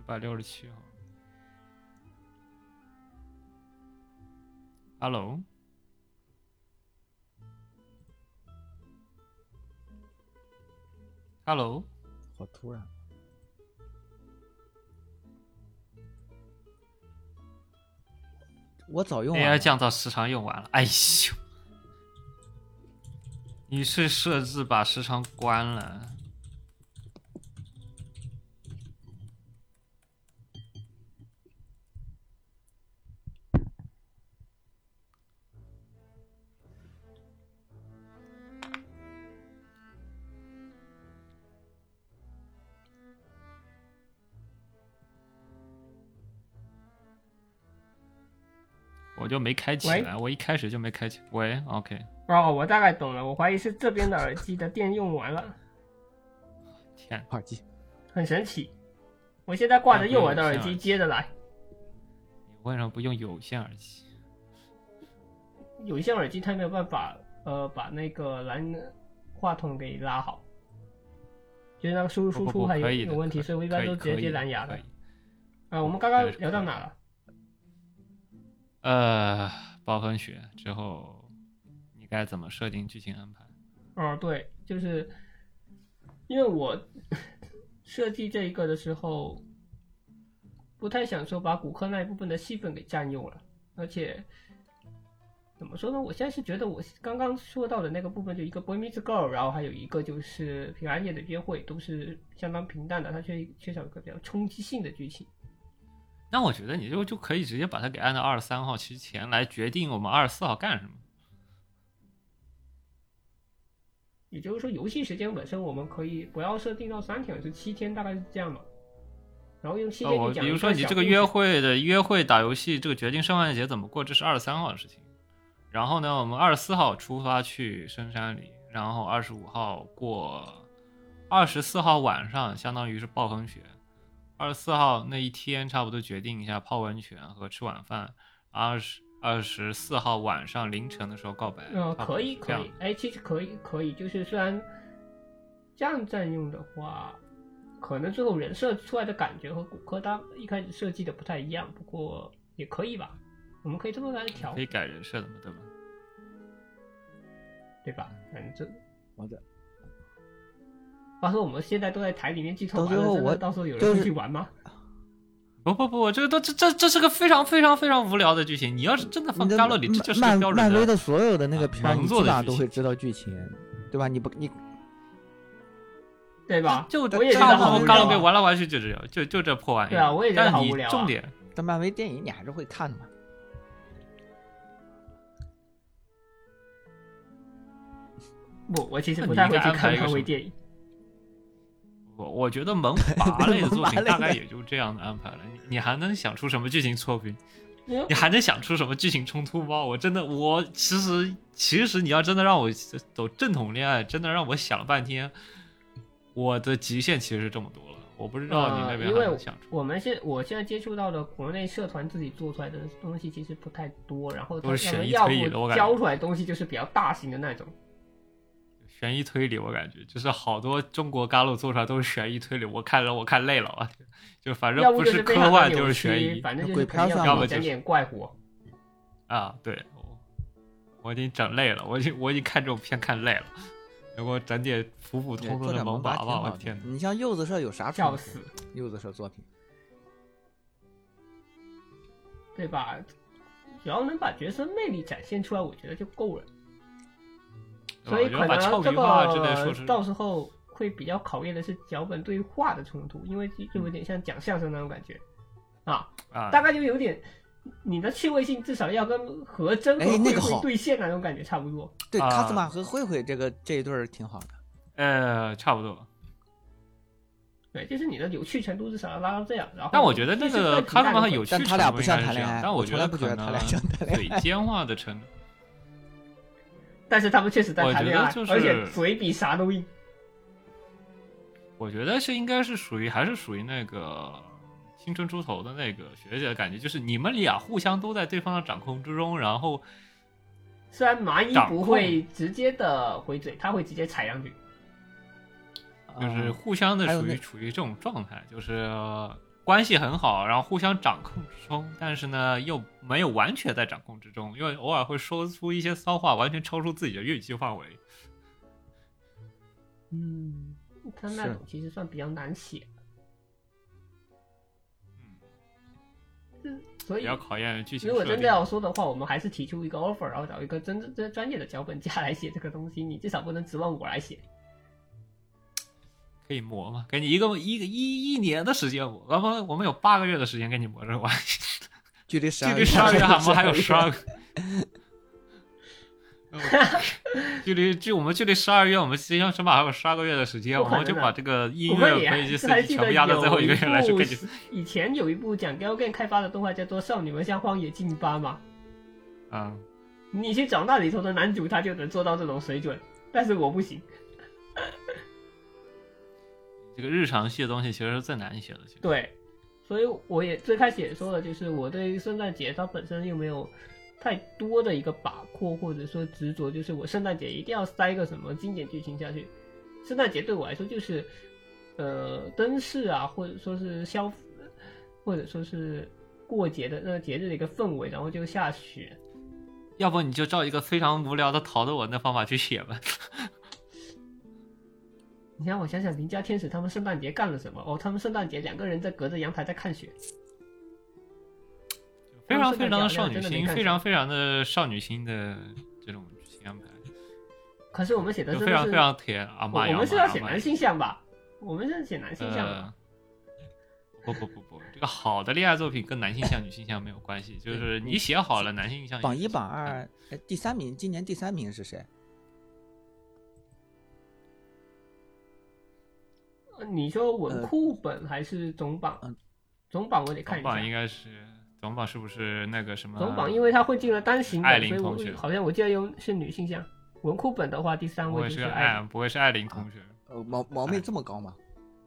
167号。Hello。Hello。 好突然。我早用完了。 AI 降噪时长用完了，哎呦！你是设置把时长关了？我就没开起来，我一开始就没开起。喂 ，OK。 哦，我大概懂了，我怀疑是这边的耳机的电用完了。 天， 耳机很神奇。我现在挂着右耳的耳机接着来。 你为什么不用有线耳机？ 有线耳机它没有办法把那个蓝话筒给拉好，就是那个输入输出还有问题，所以我一般都直接接蓝牙的。我们刚刚聊到哪了？ 暴风雪之后，你该怎么设定剧情安排？ 对，就是因为我设计这一个的时候，不太想说把骨科那一部分的戏份给占用了，而且怎么说呢？我现在是觉得我刚刚说到的那个部分，就一个 Boy Meets Girl， 然后还有一个就是平安夜的约会，都是相当平淡的，它缺少一个比较冲击性的剧情。 那我觉得你就可以直接把它给按到23号之前来决定我们24号干什么。 也就是说，游戏时间本身我们可以不要设定到3天，是7天，大概是这样嘛。然后用7天去讲。 比如说你这个约会打游戏，这个决定圣诞节怎么过，这是23号的事情。然后呢，我们24号出发去深山里，然后25号过，24号晚上相当于是暴风雪。24号那一天差不多决定一下泡温泉和吃晚饭，24号晚上凌晨的时候告白。 可以，其实可以，就是虽然这样占用的话，可能最后人设出来的感觉和骨科他一开始设计的不太一样，不过也可以吧，我们可以这么来调。 可以改人设的嘛，对吧？ 对吧？反正我的。 话说我们现在都在台里面剧透完了，真的到时候有人会去玩吗？ 不，这是个非常非常非常无聊的剧情。你要是真的放伽洛里，这就是标准的漫威的所有的那个片，你基本上都会知道剧情，对吧？你对吧？ 就我也觉得好无聊。 伽洛里玩来玩去就这破玩意。 对啊，我也觉得好无聊。 重点， 但漫威电影你还是会看的嘛。 不，我其实不太会去看漫威电影。 我觉得萌拔类的作品大概也就这样的安排了。你还能想出什么剧情错评？你还能想出什么剧情冲突吗？我其实你要真的让我走正统恋爱，真的让我想了半天，我的极限其实是这么多了。我不知道你那边还能想出。 我现在接触到的国内社团自己做出来的东西其实不太多，然后都是悬疑要推理的， 不教出来的东西就是比较大型的那种。 悬疑推理，我感觉就是好多中国嘎鲁做出来都是悬疑推理，我看累了啊！就反正不是科幻就是悬疑， 反正就是要不讲点怪火啊！对，我已经整累了，我已经看这种片看累了，给我整点普普通通的萌娃娃，我天哪！ 你像柚子社有啥笑死？ 柚子社作品， 对吧？只要能把角色魅力展现出来，我觉得就够了。所以可能这个到时候会比较考验的是脚本对话的冲突，因为就有点像讲相声那种感觉大概就有点你的趣味性至少要跟何真和慧慧对线那种感觉差不多。 对，卡斯玛和慧慧这一对挺好的。差不多。 对，就是你的有趣程度至少要拉到这样。然后， 但我觉得那个卡斯玛和有趣程度他俩不像谈恋爱， 但我从来不觉得他俩像谈恋爱。 嘴尖化的程度。 但是他们确实在谈恋爱，而且嘴比啥都硬。 我觉得应该是还是属于那个青春猪头的那个学姐的感觉，就是你们俩互相都在对方的掌控之中，然后虽然麻衣不会直接的回嘴，他会直接踩上去， 就是互相的处于这种状态，就是关系很好，然后互相掌控之中，但是呢又没有完全在掌控之中，因为偶尔会说出一些骚话，完全超出自己的预期范围。 他那种其实算比较难写。所以比较考验剧情。 如果真的要说的话，我们还是提出一个 offer， 然后找一个真专业的脚本家来写这个东西。你至少不能指望我来写。 可以磨吗？给你一年的时间磨，我们有8个月的时间给你磨这个玩意。 距离12 月还有12个。距我们距离12月，我们最起码还有12个月的时间，我们就把这个音乐可以去全部压到最后1个月来去跟你。 以前有一部讲 Galgame 开发的动画叫做《少女们向荒野进发》嘛。你去找那里头的男主，他就能做到这种水准，但是我不行。 这个日常系的东西其实是最难写的。 对，所以我也最开始也说了，就是我对圣诞节它本身又没有太多的一个把控或者说执着，就是我圣诞节一定要塞个什么经典剧情下去。圣诞节对我来说就是灯饰啊，或者说是或者说是过节的那个节日的一个氛围，然后就下雪。 要不你就照一个非常无聊的陶德文的方法去写吧。 你让我想想邻家天使他们圣诞节干了什么。他们圣诞节2个人在隔着阳台在看雪。 非常非常的少女心，非常非常的少女心的这种剧情安排。 可是我们写的真的是非常非常甜啊！ 我们是要写男性向吧？我们是写男性向吧？ 不，这个好的恋爱作品跟男性向、女性向没有关系，就是你写好了男性向。 榜1、榜2，第3名，今年第3名是谁？ 你说文库本还是总榜？总榜我得看一下。 总榜应该是。总榜是不是那个什么？ 总榜因为它会进了单行本， 艾琳同学， 所以好像我记得是女性向。文库本的话，第3位就是艾琳。 不会是艾琳同学？ 毛妹这么高吗？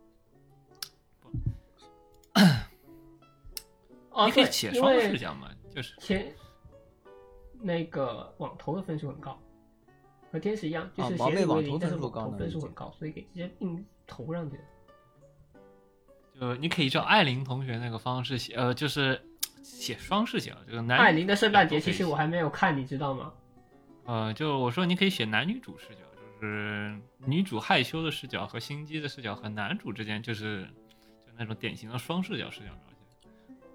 你可以写双视角嘛，就是那个网投的分数很高，和天使一样，就是毛妹网投分数很高，所以给直接硬投上去。 就你可以照艾琳同学那个方式写，就是写双视角。这个艾琳的圣诞节其实我还没有看，你知道吗？ 就我说你可以写男女主视角，就是女主害羞的视角和心机的视角和男主之间就那种典型的双视角视角描写。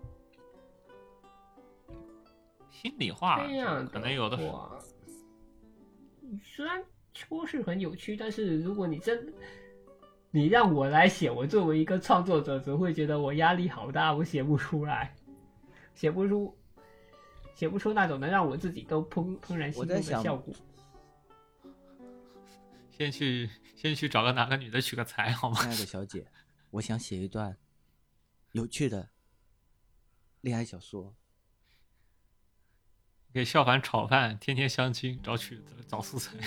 心里话可能有的话，虽然说是很有趣，但是如果你让我来写，我作为一个创作者，只会觉得我压力好大，我写不出来，写不出那种能让我自己都怦然心动的效果。 先去找哪个女的取个材好吗？ 亲爱的小姐，我想写一段有趣的恋爱小说。 给笑反炒饭，天天相亲，找曲子，找素材。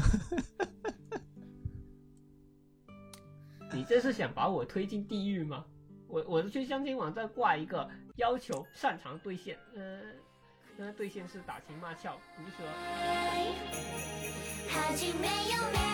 你这是想把我推进地狱吗？我去相亲网站挂一个要求擅长兑现，兑现是打情骂俏，毒舌。